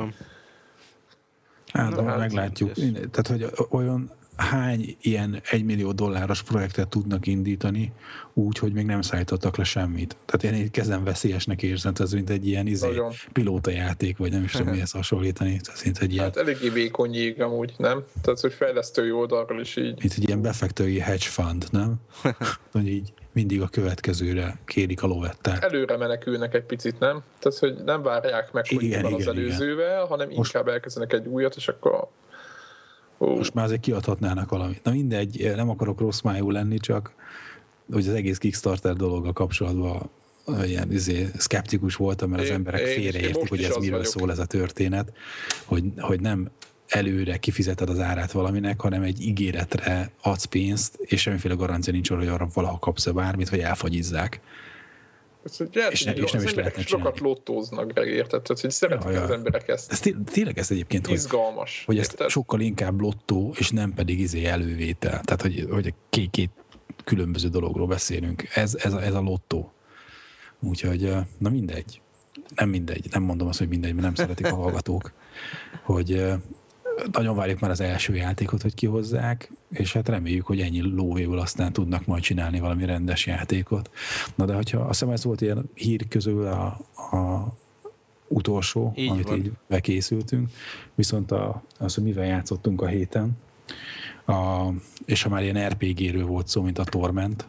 Hát, meglátjuk. Tehát, hogy olyan hány ilyen $1 millió projektet tudnak indítani úgy, hogy még nem szállítottak le semmit. Tehát én kezdem veszélyesnek érzem, ez mint egy ilyen pilótajáték, vagy nem is tudom mihez hasonlítani. Tehát egy ilyen, hát eléggé vékony jég amúgy, nem? Tehát, hogy fejlesztői oldalról is így. Mint egy ilyen befektetői hedge fund, nem? Hogy így mindig a következőre kérik a lovettát. Előre menekülnek egy picit, nem? Tehát, hogy nem várják meg, hogy igen, az előzővel, hanem inkább elkezdenek egy újat, és akkor most már azért kiadhatnának valamit. Na mindegy, nem akarok rossz májú lenni, csak hogy az egész Kickstarter dologgal kapcsolatban ilyen szkeptikus voltam, mert az emberek félreértik, hogy ez miről szól ez a történet, hogy nem előre kifizeted az árát valaminek, hanem egy ígéretre adsz pénzt, és semmiféle garancia nincs arra, hogy arra valaha kapsz bármit, vagy elfagyizzák. És nem is lehetne csinálni. Sokat lottóznak, érted? Tehát, hogy szeretik az emberek ezt. Ez tényleg ez egyébként, izgalmas, hogy ezt sokkal inkább lottó, és nem pedig elővétel. Tehát, hogy két különböző dologról beszélünk. Ez a lottó. Úgyhogy, na mindegy. Nem mondom azt, hogy mindegy, mert nem szeretik a hallgatók. Hogy nagyon várjuk már az első játékot, hogy kihozzák, és hát reméljük, hogy ennyi lóvéból aztán tudnak majd csinálni valami rendes játékot. Na de hogyha azt hiszem ez volt ilyen hír közül a utolsó, így amit van. Így bekészültünk, viszont az, hogy mivel játszottunk a héten, és ha már ilyen RPG-ről volt szó, mint a Torment,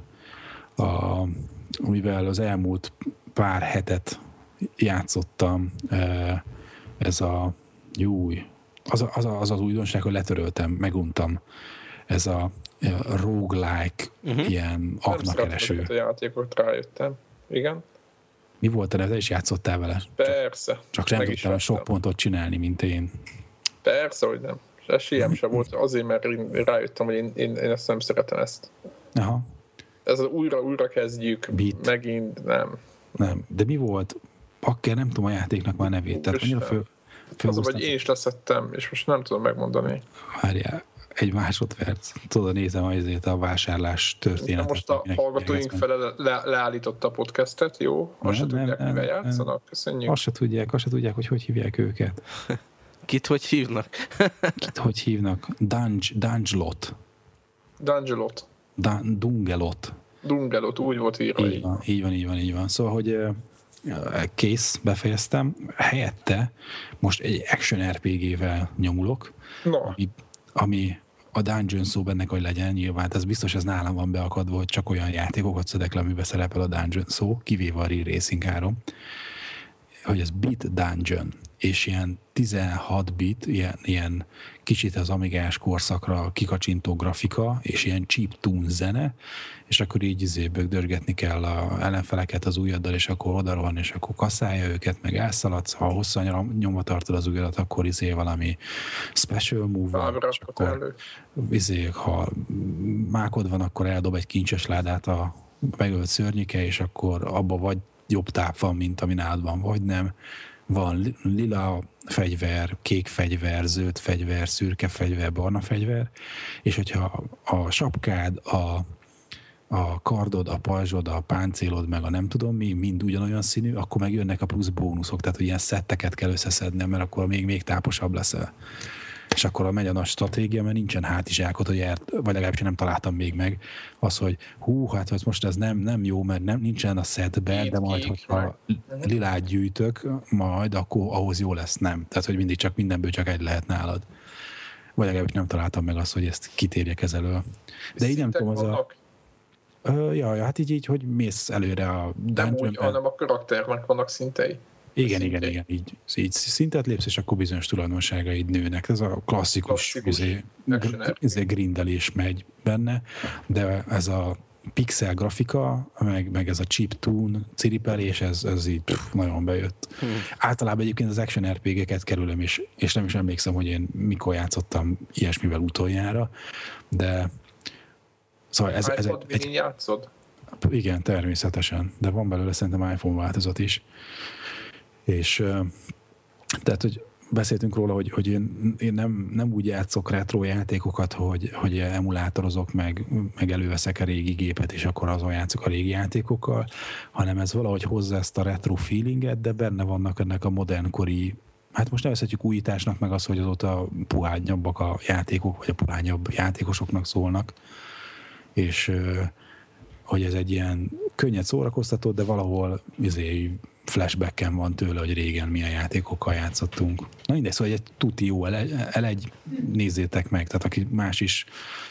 mivel az elmúlt pár hetet játszottam, ez a az újdonság, hogy letöröltem, meguntam. Ez a roguelike, ilyen aknakereső. Nem a játékot rájöttem. Igen. Mi volt a neve? Te is játszottál vele? Persze. Csak nem tudtam sok pontot csinálni, mint én. Persze, hogy nem. Esélyem sem volt. Azért, mert rájöttem, hogy én ezt nem szeretem ezt. Aha. Ez az újra kezdjük. Beat. Megint nem. Nem. De mi volt? Pakker, nem tudom a játéknak már nevét. Tehát annyira az, hogy én is leszettem, és most nem tudom megmondani. Várjál, egy másodperc. Tudod, nézem azért a vásárlás történetet. Most a hallgatóink fele leállította a podcastet, jó? Azt se tudják, mivel játszanak. Köszönjük. Azt se tudják, hogy hívják őket. Kit hogy hívnak? Kit hogy hívnak? Dungelot. Dungelot, úgy volt írva. Így van. Szóval, hogy kész, befejeztem. Helyette most egy action RPG-vel nyomulok, ami a Dungeon szó benne, hogy legyen, nyilván ez biztos, ez nálam van beakadva, hogy csak olyan játékokat szedek le, amiben szerepel a Dungeon szó, kivéve a Re-Racing 3, hogy ez Bit Dungeon, és ilyen 16 bit, ilyen kicsit az Amigás korszakra kikacsintó grafika, és ilyen cheap tune zene, és akkor így bögdörgetni kell a ellenfeleket az ujjaddal, és akkor odarohan, és akkor kasszálja őket, meg elszaladsz, ha hosszan nyomva tartod az ujjadat, akkor valami special move van, és akkor ha mákod van, akkor eldob egy kincses ládát a megölt szörnyike, és akkor abba vagy jobb táp van, mint ami nálad van, vagy nem. Van lila fegyver, kék fegyver, zöld fegyver, szürke fegyver, barna fegyver, és hogyha a sapkád, a kardod, a pajzsod, a páncélod, meg a nem tudom mi, mind ugyanolyan színű, akkor meg jönnek a plusz bónuszok, tehát hogy ilyen szetteket kell összeszedni, mert akkor még táposabb leszel. És akkor megy a nagy stratégia, mert nincsen hátizsákot, hogy vagy legalábbis nem találtam még meg, az, hogy hát most ez nem jó, mert nincsen a setbe, de majd, hogyha lilát gyűjtök, majd akkor ahhoz jó lesz, nem. Tehát, hogy mindig csak mindenből csak egy lehet nálad. Vagy legalábbis nem találtam meg azt, hogy ezt kitérjek ez elől. De így nem tudom, az hát így, hogy mész előre a dungeonben. Hanem a karakternek vannak szintei. Igen, így szintet lépsz, és akkor bizonyos tulajdonságaid nőnek. Ez a klasszikus grindelés megy benne, de ez a pixel grafika, meg ez a chiptune ciripelés, ez így nagyon bejött. Általában egyébként az action RPG-ket kerülöm, és nem is emlékszem, hogy én mikor játszottam ilyesmivel utoljára, de szóval ez egy... játszod? Igen, természetesen, de van belőle szerintem iPhone változat is. És tehát, hogy beszéltünk róla, hogy én nem úgy játszok retro játékokat, hogy emulátorozok, meg előveszek a régi gépet, és akkor azon játszok a régi játékokkal, hanem ez valahogy hozza ezt a retro feelinget, de benne vannak ennek a modernkori, hát most nevezhetjük újításnak, meg az, hogy azóta puhányabbak a játékok, vagy a puhányabb játékosoknak szólnak, és hogy ez egy ilyen könnyed szórakoztató, de valahol flashbacken van tőle, hogy régen milyen játékokkal játszottunk. Na mindegy, szóval egy tuti jó, nézzétek meg, tehát aki más is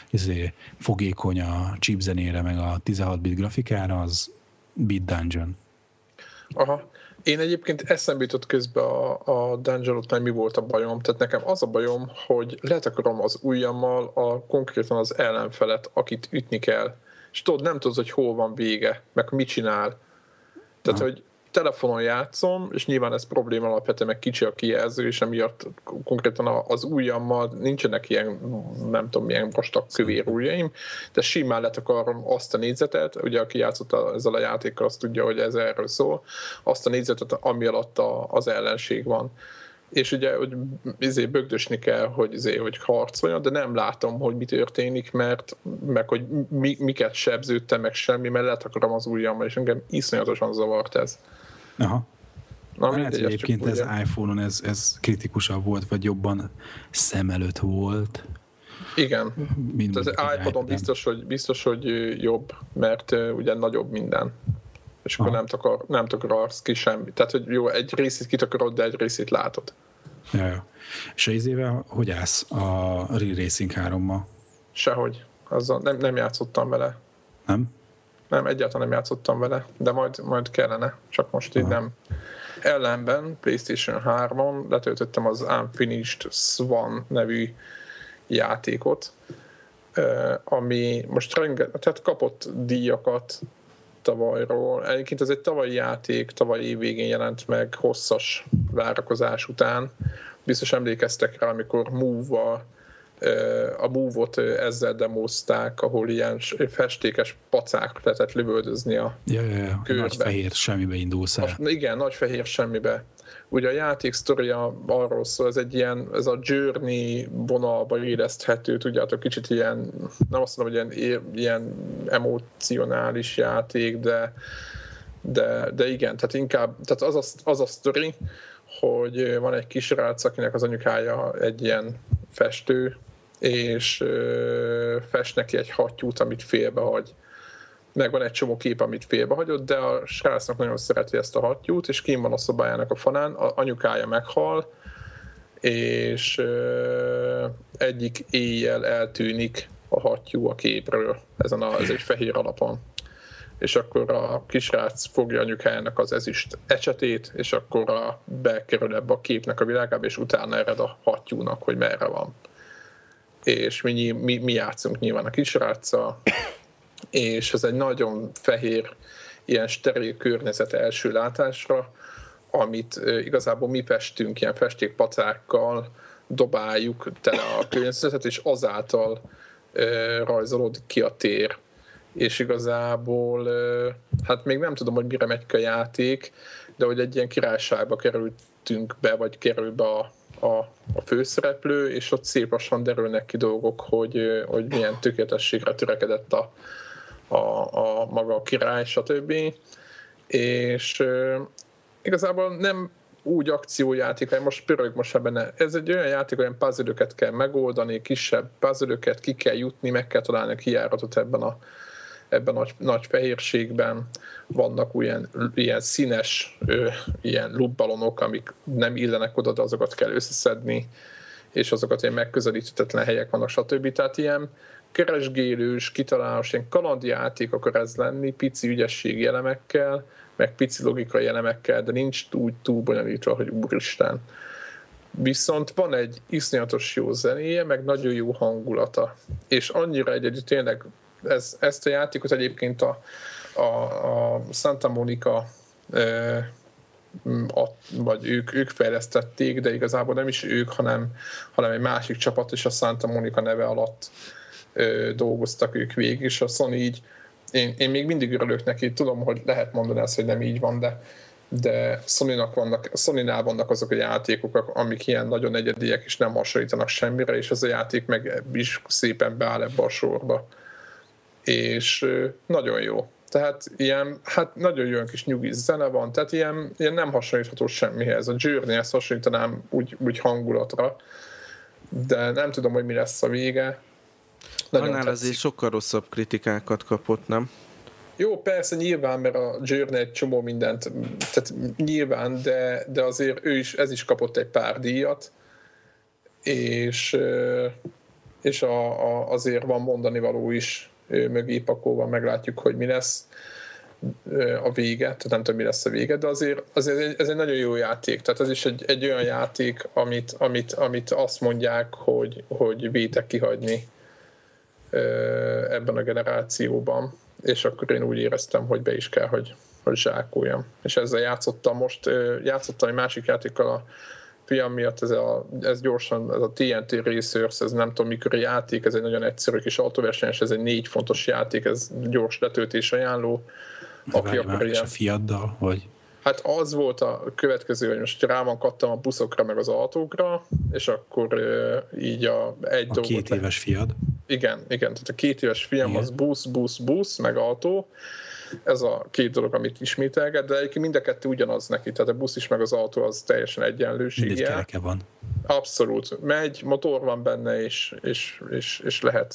fogékony a chip zenére, meg a 16-bit grafikára, az Beat Dungeon. Aha. Én egyébként eszembe jutott közben a Dungeon-otnál mi volt a bajom. Tehát nekem az a bajom, hogy letakarom az ujjammal konkrétan az ellenfelet, akit ütni kell. És tudod, nem tudod, hogy hol van vége, meg mit csinál. Tehát, hogy telefonon játszom, és nyilván ez probléma alapvetően, meg kicsi a kijelző, és emiatt konkrétan az ujjammal nincsenek ilyen, nem tudom, milyen vastag kövér ujjaim, de simán letakarom azt a négyzetet, ugye aki játszott ezzel a játékkal, azt tudja, hogy ez erről szól, azt a négyzetet, ami alatt az ellenség van. És ugye, hogy bögdösni kell, hogy harcoljon, de nem látom, hogy mi történik, meg hogy miket sebződtem, meg semmi, mert letakarom az ujjammal, és engem iszonyatosan zavart ez. Aha. Hát egyébként ez iPhone-on ez kritikusabb volt, vagy jobban szem előtt volt. Igen. Tehát iPodon biztos, hogy jobb, mert ugye nagyobb minden. És akkor nem takarsz ki semmit. Tehát, hogy jó, egy részét kitakarod, de egy részét látod. Ja. És az éve hogy állsz a Real Racing 3-mal? Sehogy. Azzal nem játszottam vele. Nem? Nem, egyáltalán nem játszottam vele, de majd kellene. Csak most így nem. Ellenben PlayStation 3-on letöltöttem az Unfinished Swan nevű játékot, ami most tehát kapott díjakat tavalyról. Egyébként ez egy tavalyi játék, tavaly év végén jelent meg hosszas várakozás után. Biztos emlékeztek rá, amikor a Move-ot ezzel demozták, ahol ilyen festékes pacák lehetett lövöldözni a körbe. Nagy fehér semmibe indulsz el. Igen, nagy fehér semmibe. Ugye a játék sztoria arról szól, ez a Journey vonalba érezthető, tudjátok, kicsit ilyen, nem azt mondom, hogy ilyen emocionális játék, de igen, tehát inkább, tehát az a sztori, hogy van egy kisrác, akinek az anyukája egy ilyen festő, és fest neki egy hattyút, amit félbehagy. Meg van egy csomó kép, amit félbehagyott, de a srácnak nagyon szereti ezt a hattyút, és kín van a szobájának a falán, anyukája meghal, és egyik éjjel eltűnik a hattyú a képről, ez egy fehér alapon. És akkor a kisrác fogja anyukájának az ezüst ecsetét, és akkor bekerül ebbe a képnek a világába, és utána ered a hattyúnak, hogy merre van. És mi játszunk nyilván a kisráccal, és ez egy nagyon fehér, ilyen steril környezet első látásra, amit igazából mi festünk, ilyen festékpacákkal dobáljuk tele a környezetet, és azáltal rajzolódik ki a tér. És igazából, hát még nem tudom, hogy mire megy ki a játék, de hogy egy ilyen királyságba kerültünk be, vagy kerül be a főszereplő, és ott szép lassan derülnek ki dolgok, hogy milyen tökéletességre törekedett a maga a király, stb. És igazából nem úgy akciójáték, hanem most pörög most ebben. Ez egy olyan játék, olyan puzzle-öket kell megoldani, kisebb puzzle-öket ki kell jutni, meg kell találni a kijáratot ebben a nagy fehérségben. Vannak ilyen színes ilyen lupbalonok, amik nem illenek oda, de azokat kell összeszedni, és azokat ilyen megközelíthetetlen helyek vannak, stb. Tehát ilyen keresgélős, kitalálós, ilyen kalandjáték akar ez lenni, pici ügyességi elemekkel, meg pici logikai elemekkel, de nincs úgy túl bonyolítva, hogy úristen. Viszont van egy iszonyatos jó zenéje, meg nagyon jó hangulata. És annyira egyedül tényleg ezt a játékot egyébként a Santa Monica vagy ők fejlesztették, de igazából nem is ők, hanem egy másik csapat, és a Santa Monica neve alatt dolgoztak ők végig, és a Sony így én még mindig örülök neki, tudom, hogy lehet mondani ezt, hogy nem így van, de Sony-nál vannak azok a játékok, amik ilyen nagyon egyediek, és nem hasonlítanak semmire, és ez a játék meg is szépen beáll ebbe a sorba. És nagyon jó. Tehát ilyen, hát nagyon jó kis nyugis zene van, tehát ilyen nem hasonlítható semmihez. A Journey-hez hasonlítanám úgy hangulatra, de nem tudom, hogy mi lesz a vége. Annál azért sokkal rosszabb kritikákat kapott, nem? Jó, persze, nyilván, mert a Journey egy csomó mindent, tehát nyilván, de azért ez is kapott egy pár díjat, és azért van mondani való is mögé pakolva, meglátjuk, hogy mi lesz a vége, tehát nem tudom, mi lesz a vége, de azért ez egy nagyon jó játék, tehát ez is egy olyan játék, amit azt mondják, hogy vétek kihagyni ebben a generációban, és akkor én úgy éreztem, hogy be is kell, hogy zsákoljam. És ezzel játszottam egy másik játékkal a fiam miatt, ez gyorsan, ez a TNT Racers, ez nem tudom mikor a játék, ez egy nagyon egyszerű kis autóversenyes, ez egy 4 fontos játék, ez gyors letöltés ajánló. És a fiaddal, vagy? Hát az volt a következő, hogy most rámankadtam a buszokra meg az autókra, és akkor így egy dolgot... 2 éves fiad? Igen, tehát a 2 éves fiam az busz, meg autó. Ez a 2 dolog, amit ismételget, de egyébként mind a 2 ugyanaz neki, tehát a busz is meg az autó az teljesen egyenlőséggel. Mindegy kereke van. Abszolút. Megy, motor van benne, és lehet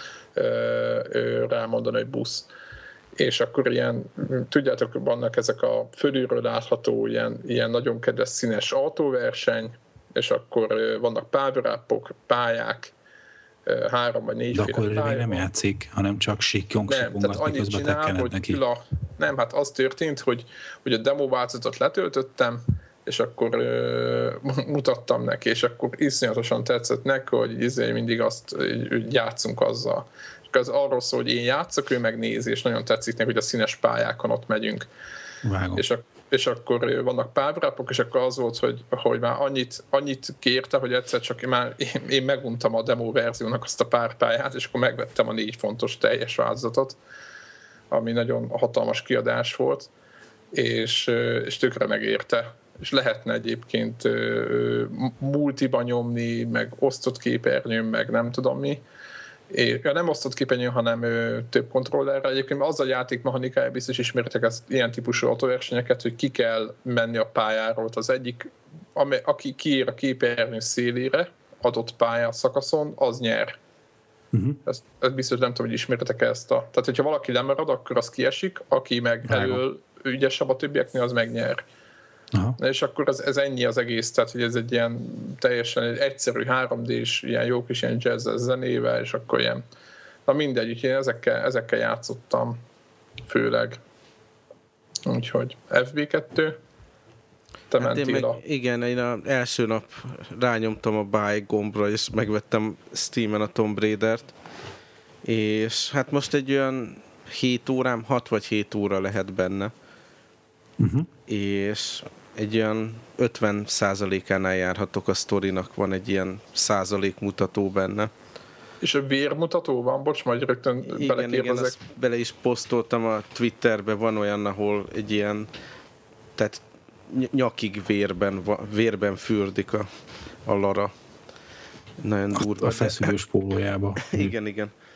rámondani, hogy busz. És akkor ilyen, tudjátok, vannak ezek a fölülről látható ilyen nagyon kedves színes autóverseny, és akkor vannak power-upok, pályák, 3 vagy 4 de akkor még nem játszik, hanem csak sikongat, miközben tekkened neki. Nem, hát az történt, hogy a demo változatot letöltöttem, és akkor mutattam neki, és akkor iszonyatosan tetszett neki, hogy mindig azt játszunk azzal. És az arról szól, hogy én játszok, ő megnézi, és nagyon tetszik neki, hogy a színes pályákon ott megyünk. Vágom. És akkor vannak power-upok, és akkor az volt, hogy már annyit kérte, hogy egyszer csak én meguntam a demo verziónak azt a pár pályát, és akkor megvettem a 4 fontos teljes változatot, ami nagyon hatalmas kiadás volt, és tökre megérte. És lehetne egyébként multiba nyomni, meg osztott képernyőn, meg nem tudom mi. Nem osztott képernyőn, hanem több kontrollerre. Egyébként az a játékmechanikája, biztos ismeritek ezt, ilyen típusú autóversenyeket, hogy ki kell menni a pályáról. Az egyik, aki kiér a képernyő szélére adott pálya szakaszon, az nyer. Uh-huh. Ezt biztos nem tudom, hogy ismeritek ezt Tehát, hogyha valaki lemarad, akkor az kiesik, aki meg elől ügyesebb a többieknél, az megnyer. Aha. És akkor ez ennyi az egész, tehát hogy ez egy ilyen teljesen egy egyszerű 3D-s, ilyen jó kis ilyen jazz zenével, és akkor ilyen, na mindegy, úgyhogy én ezekkel játszottam főleg. Úgyhogy FB2, te mentél igen, én az első nap rányomtam a buy gombra, és megvettem Steamen a Tomb Raider-t, és hát most egy olyan 6 vagy 7 óra lehet benne. Uh-huh. És egy olyan 50%-ánál járhatok a sztorinak, van egy ilyen százalékmutató benne. És a vérmutató van? Bocs, majd rögtön belekérdezek. Igen, azt bele is posztoltam a Twitterbe, van olyan, ahol egy ilyen, tehát nyakig vérben fürdik a Lara. Nagyon durva. A feszülős pólójába. Igen.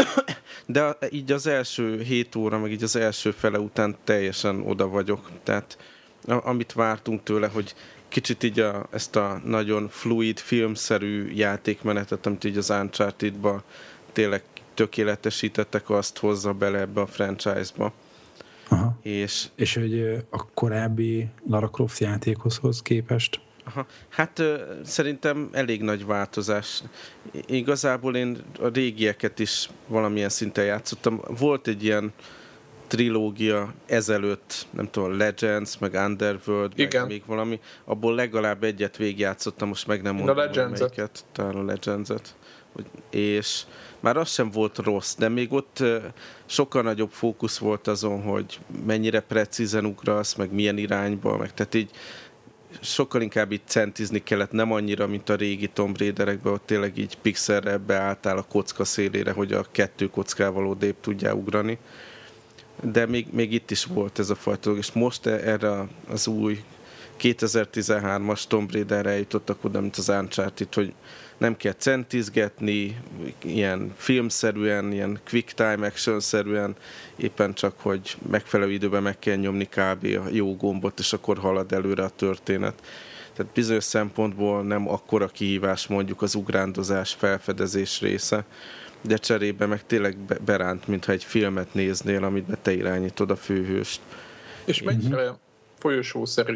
De így az első 7 óra, meg így az első fele után teljesen oda vagyok. Tehát amit vártunk tőle, hogy kicsit így ezt a nagyon fluid, filmszerű játékmenetet, amit így az Uncharted-ba tényleg tökéletesítettek, azt hozza bele ebbe a franchise-ba. Aha. És hogy a korábbi Lara Croft játékhoz képest? Aha. Hát szerintem elég nagy változás. Igazából én a régieket is valamilyen szinten játszottam. Volt egy ilyen trilógia ezelőtt, nem tudom, Legends, meg Underworld, meg még valami. Abból legalább egyet végigjátszottam, most meg nem mondom, melyiket. Talán a Legends-et. És már az sem volt rossz, de még ott sokkal nagyobb fókusz volt azon, hogy mennyire precízen ugrasz, meg milyen irányba, meg tehát így sokkal inkább így centizni kellett, nem annyira, mint a régi Tomb Raiderekben, ott tényleg így pixelre beálltál a kocka szélére, hogy a 2 kockával odébb tudjál ugrani. De még itt is volt ez a fajta dolog, és most erre az új 2013-as Tomb Raiderre eljutottak oda, mint az Uncharted, hogy nem kell centizgetni, ilyen filmszerűen, ilyen quick time action-szerűen, éppen csak, hogy megfelelő időben meg kell nyomni kb. A jó gombot, és akkor halad előre a történet. Tehát bizonyos szempontból nem akkora kihívás mondjuk az ugrándozás, felfedezés része, de cserébe meg tényleg beránt, mintha egy filmet néznél, amit te irányítod a főhőst. És mennyire folyosószerű?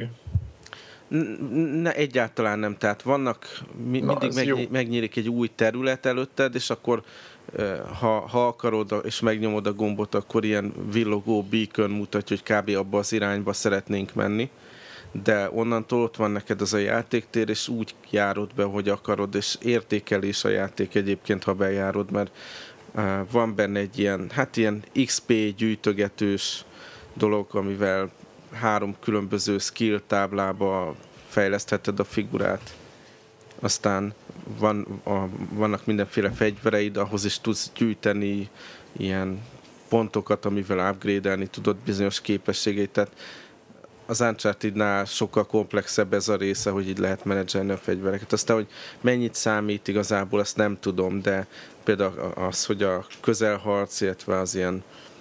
Egyáltalán nem, tehát vannak, mindig megnyílik egy új terület előtted, és akkor ha akarod, és megnyomod a gombot, akkor ilyen villogó beacon mutatja, hogy kb. Abba az irányba szeretnénk menni, de onnantól ott van neked az a játéktér, és úgy járod be, hogy akarod, és értékelés a játék egyébként, ha bejárod, mert van benne egy ilyen XP gyűjtögetős dolog, amivel 3 különböző skill táblába fejlesztheted a figurát. Aztán vannak mindenféle fegyvereid, ahhoz is tudsz gyűjteni ilyen pontokat, amivel upgrade-elni tudod bizonyos képességeit. Tehát az Uncharted-nál sokkal komplexebb ez a része, hogy így lehet menedzselni a fegyvereket. Aztán, hogy mennyit számít igazából, azt nem tudom, de például az, hogy a közelharc, illetve az ilyen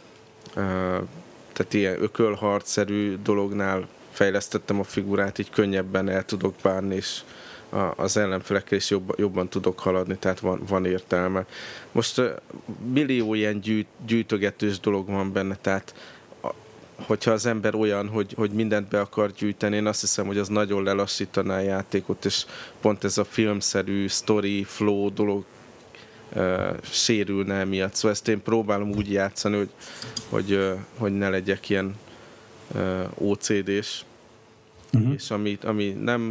tehát ilyen ökölharcszerű dolognál fejlesztettem a figurát, így könnyebben el tudok bánni, és az ellenfelekkel is jobban tudok haladni, tehát van értelme. Most millió ilyen gyűjtögetős dolog van benne, tehát hogyha az ember olyan, hogy mindent be akar gyűjteni, én azt hiszem, hogy az nagyon lelassítaná a játékot, és pont ez a filmszerű story flow dolog sérülne emiatt. Szóval ezt én próbálom úgy játszani, hogy ne legyek ilyen OCD-s. És ami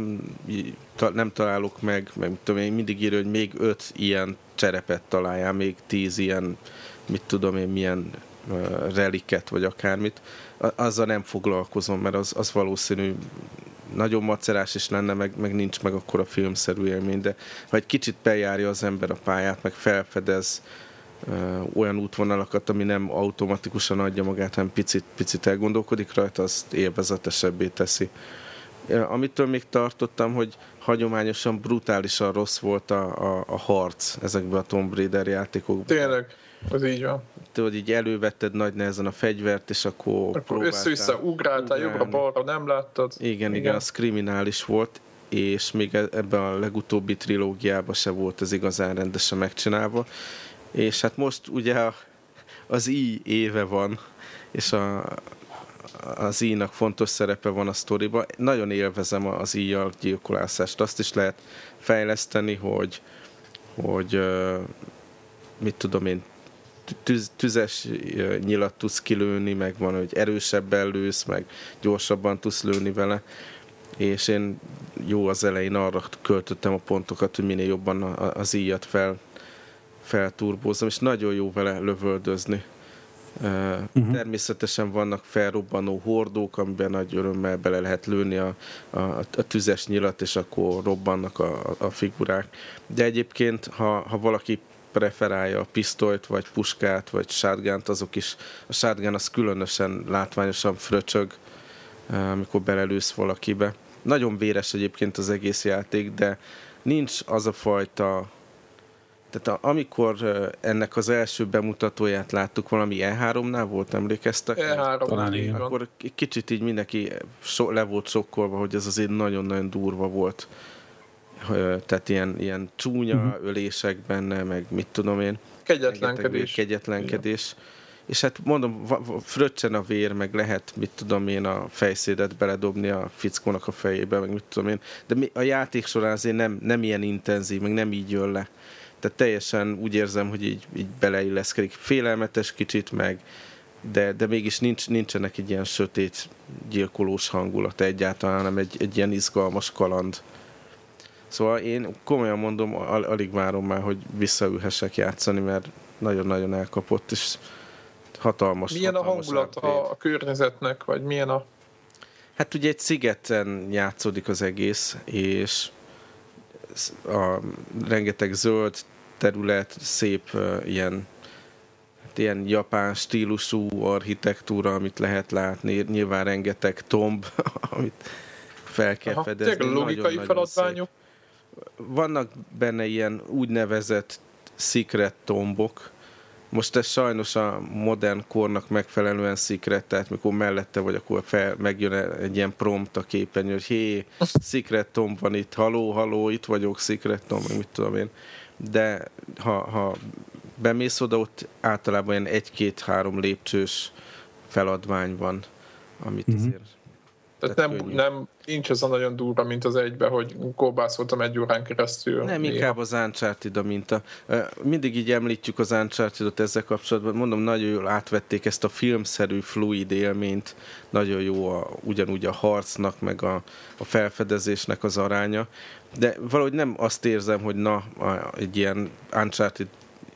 nem találok meg tudom én, mindig írja, hogy még 5 ilyen cserepet találjál, még 10 ilyen, mit tudom én, milyen reliket, vagy akármit. Azzal nem foglalkozom, mert az valószínű nagyon macerás is lenne, meg nincs meg akkor a filmszerű élmény, de ha egy kicsit bejárja az ember a pályát, meg felfedez olyan útvonalakat, ami nem automatikusan adja magát, hanem picit elgondolkodik rajta, azt élvezetesebbé teszi. Amitől még tartottam, hogy hagyományosan brutálisan rossz volt a harc ezekben a Tomb Raider játékokban. Tényleg, az így van. Tudod, így elővetted nagy nehezen a fegyvert, és akkor össze-vissza ugráltál, jobbra-balra, nem láttad. Igen, az kriminális volt, és még ebben a legutóbbi trilógiában se volt ez igazán rendesen megcsinálva. És hát most ugye az éve van, és az I-nak fontos szerepe van a sztoriban. Nagyon élvezem az I-jal gyilkolászást. Azt is lehet fejleszteni, hogy mit tudom én, tüzes nyilat tudsz kilőni, meg van, hogy erősebben lősz, meg gyorsabban tudsz lőni vele, és én az elején arra költöttem a pontokat, hogy minél jobban az íjat felturbózom, és nagyon jó vele lövöldözni. Természetesen vannak felrobbanó hordók, amiben nagy örömmel bele lehet lőni a tüzes nyilat, és akkor robbannak a figurák. De egyébként, ha valaki preferálja a pisztolyt, vagy puskát, vagy shotgunt, azok is. A shotgun az különösen látványosan fröcsög, amikor belelősz valakibe. Nagyon véres egyébként az egész játék, de nincs az a fajta, Tehát amikor ennek az első bemutatóját láttuk, valami E3-nál volt, emlékeztek? E3 talán igen. Akkor kicsit így mindenki le volt sokkolva, hogy ez azért nagyon-nagyon durva volt. Tehát ilyen csúnya ölések benne, meg mit tudom én. Kegyetlenkedés. És hát mondom, fröccsen a vér, meg lehet, mit tudom én, a fejszédet beledobni a fickónak a fejébe, meg mit tudom én. De a játék során azért nem ilyen intenzív, meg nem így jön le. Tehát teljesen úgy érzem, hogy így beleilleszkedik. Félelmetes kicsit meg, de mégis nincsenek egy ilyen sötét, gyilkolós hangulata egyáltalán, hanem egy ilyen izgalmas kaland. Szóval én komolyan mondom, alig várom már, hogy visszaülhessek játszani, mert nagyon-nagyon elkapott, és hatalmas. Milyen a hangulat a környezetnek, vagy milyen a... Hát ugye egy szigeten játszódik az egész, és rengeteg zöld terület, szép ilyen japán stílusú architektúra, amit lehet látni, nyilván rengeteg tomb, amit fel kell fedezni. Tényleg logikai feladványok. Vannak benne ilyen úgynevezett secret tombok. Most ez sajnos a modern kornak megfelelően secret, tehát mikor mellette vagy, akkor megjön egy ilyen prompt a képernyőn, hogy hé, secret tomb van itt, haló, itt vagyok, secret tomb, mit tudom én. De ha bemész oda, ott általában ilyen 1-2-3 lépcsős feladvány van, amit azért... Tehát nincs az a nagyon durva, mint az egyben, hogy kóbászoltam 1 órán keresztül. Nem, inkább az Uncharted a minta. Mindig így említjük az Uncharted-ot ezzel kapcsolatban. Mondom, nagyon jól átvették ezt a filmszerű, fluid élményt. Nagyon jó ugyanúgy a harcnak, meg a felfedezésnek az aránya. De valahogy nem azt érzem, hogy egy ilyen Uncharted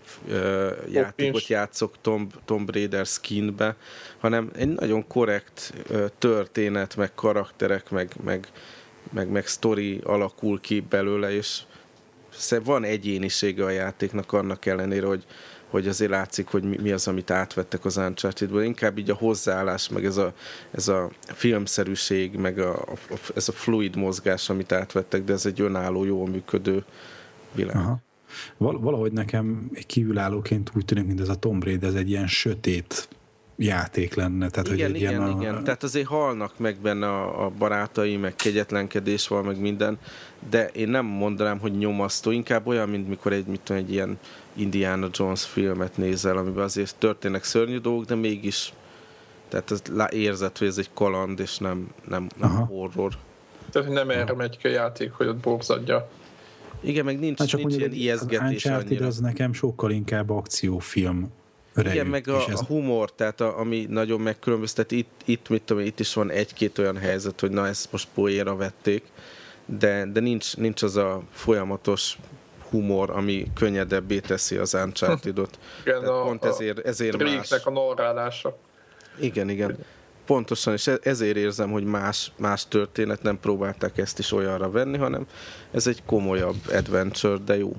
játékot játszok Tomb Raider skinbe, hanem egy nagyon korrekt történet, meg karakterek, meg sztori alakul ki belőle, és van egyénisége a játéknak annak ellenére, hogy azért látszik, hogy mi az, amit átvettek az Uncharted-ből. Inkább így a hozzáállás, meg ez a filmszerűség, meg ez a fluid mozgás, amit átvettek, de ez egy önálló, jól működő világ. Aha. Valahogy nekem egy kívülállóként úgy tűnik, mint ez a Tomb Raider, ez egy ilyen sötét játék lenne. Tehát, igen. Tehát azért halnak meg benne a barátai, meg kegyetlenkedés van, meg minden, de én nem mondanám, hogy nyomasztó, inkább olyan, mint mikor egy ilyen Indiana Jones filmet nézel, amiben azért történnek szörnyű dolgok, de mégis tehát az érzed, hogy ez egy kaland, és nem horror. Tehát nem erre megy ki a játék, hogy ott borzadja. Igen, meg nincs ilyen ijesztgetés annyira. Az nekem sokkal inkább akciófilm rejű. Igen, meg a humor, tehát ami nagyon megkülönböztet, itt mit tudom, itt is van 1-2 olyan helyzet, hogy ezt most poénra vették, de nincs az a folyamatos humor, ami könnyedebbé teszi az Uncharted-ot. Igen, pont ezért más. A narrálása. Igen. Pontosan, és ezért érzem, hogy más történet, nem próbálták ezt is olyanra venni, hanem ez egy komolyabb adventure, de jó.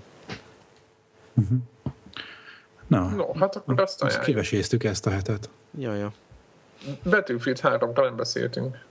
No, hát akkor azt ajánljuk. Kiveséztük ezt a hetet. Ja. Battlefield 3-ra nem beszéltünk.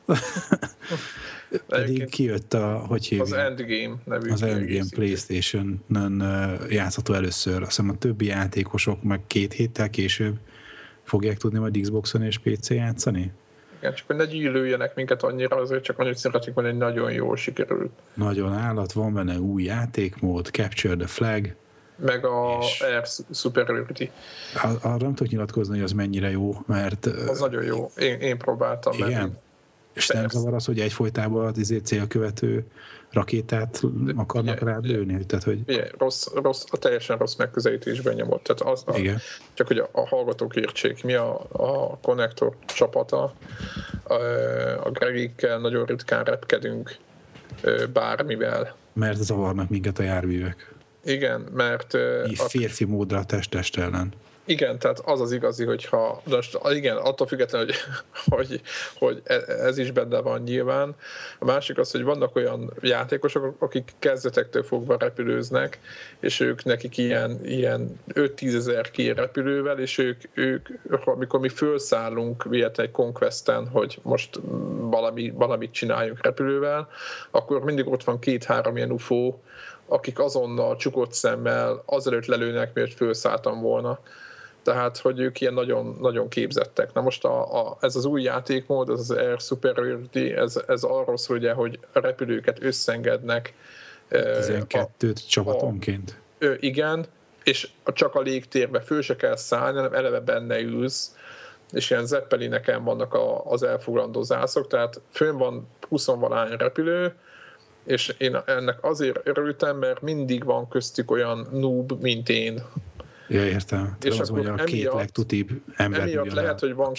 Pedig kijött az Endgame nevű. Az Endgame PlayStation-on játszható először. Azt hiszem a többi játékosok meg 2 héttel később fogják tudni majd Xboxon és PC-n játszani? Igen, csak hogy ne gyűlöljenek minket annyira, azért csak annyit szeretik, hogy nagyon jól sikerült. Nagyon állat, van benne új játékmód, Capture the Flag. Meg a Air Superiority. Arra nem tudok nyilatkozni, hogy az mennyire jó, mert... Az nagyon jó. Én próbáltam. Igen? És nem zavar az, hogy egyfolytában az célkövető rakétát akarnak rád lőni? Tehát, hogy... Igen, teljesen rossz megközelítésben nyomott. Tehát igen. Csak hogy a hallgatók értsék, mi a Connector csapata, a Gregikkel nagyon ritkán repkedünk bármivel. Mert zavarnak minket a járművek. Igen, mert... férfi módra a test ellen. Igen, tehát az igazi, hogyha... Igen, attól függetlenül, hogy ez is benne van nyilván. A másik az, hogy vannak olyan játékosok, akik kezdetektől fogva repülőznek, és ők nekik ilyen 5-10 ezer repülővel, és ők, amikor mi felszállunk egy Conquesten, hogy most valamit csináljunk repülővel, akkor mindig ott van 2-3 ilyen UFO, akik azonnal csukott szemmel azelőtt lelőnek, miért felszálltam volna. Tehát, hogy ők ilyen nagyon, nagyon képzettek. Na most ez az új játékmód, ez az Air Superiority, ez arról szól, ugye, hogy a repülőket összeengednek. 12 csapatonként? Igen, és csak a légtérbe föl se kell szállni, hanem eleve benne ülsz, és ilyen zeppelineken vannak az elfoglalandó zászlók, tehát fönn van 20-valány repülő, és én ennek azért örültem, mert mindig van köztük olyan noob, mint én. Ja, értem. És az, hogy a két legtutibb ember emiatt lehet, hogy van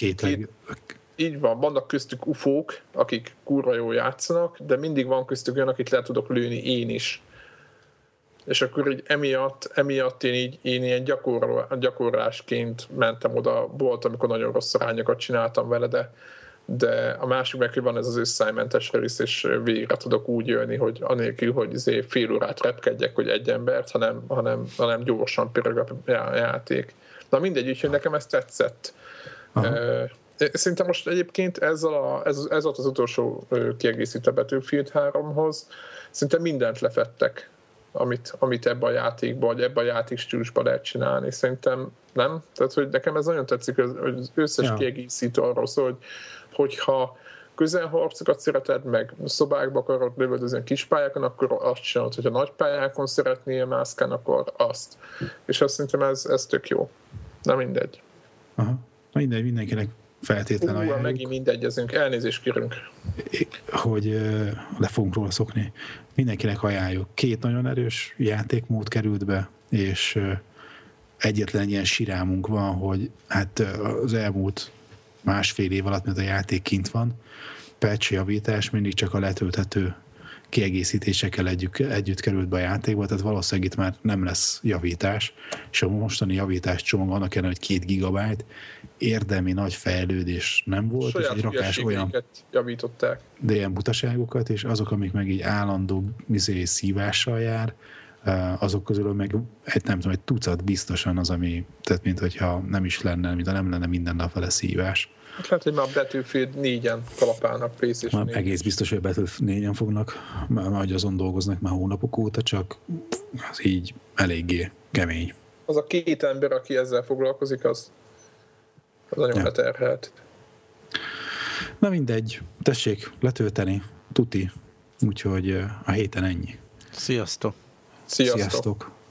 így van, vannak köztük ufók, akik kurva jól játszanak, de mindig van köztük olyan, akit le tudok lőni én is. És akkor így emiatt én ilyen gyakorlásként mentem oda, volt, amikor nagyon rossz arányokat csináltam vele, de a másik meg, hogy van ez az összájmentes rész, és végre tudok úgy jönni, hogy anélkül, hogy fél órát repkedjek, hogy egy embert, hanem gyorsan pörög a játék. Na mindegy, úgyhogy nekem ez tetszett. Szerintem most egyébként ez volt az utolsó kiegészítő Battlefield 3-hoz, szinte mindent lefettek, amit ebben a játékban, vagy ebben a játékstílusban lehet csinálni. Szerintem nem. Tehát, hogy nekem ez nagyon tetszik, hogy az összes kiegészítő arról szól, hogyha közelharcokat szereted, meg szobákba akarod lövöldözni a kis pályákon, akkor azt csinálod, hogyha nagy pályákon szeretnél mászkálni, akkor azt. És azt szerintem ez tök jó. Na mindegy. Aha. Mindegy, mindenkinek feltétlen ajánljuk. Megint mindegyezünk, elnézést kérünk. Hogy le fogunk róla szokni. Mindenkinek ajánljuk. 2 nagyon erős játékmód került be, és egyetlen ilyen sirámunk van, hogy hát az elmúlt másfél év alatt, mert a játék kint van, patch javítás mindig csak a letölthető kiegészítésekkel együtt került be a játékba, tehát valószínűleg itt már nem lesz javítás, és a mostani javítás csomag annak ellenére, hogy 2 gigabyte, érdemi nagy fejlődés nem volt, saját és egy rakás olyan javították. De ilyen butaságokat, és azok, amik meg így állandó szívással jár, azok közül meg egy tucat biztosan az, ami, tehát mintha nem is lenne, mintha nem lenne minden nap vele szívás. Hát lehet, hogy már Battlefield 4-en kalapálnak PlayStation 4. Egész biztos, hogy Battlefield 4-en fognak, majd azon dolgoznak már hónapok óta, csak az így eléggé kemény. Az a 2 ember, aki ezzel foglalkozik, az nagyon leterhelt. Na mindegy, tessék letölteni, tuti. Úgyhogy a héten ennyi. Sziasztok! Sziasztok!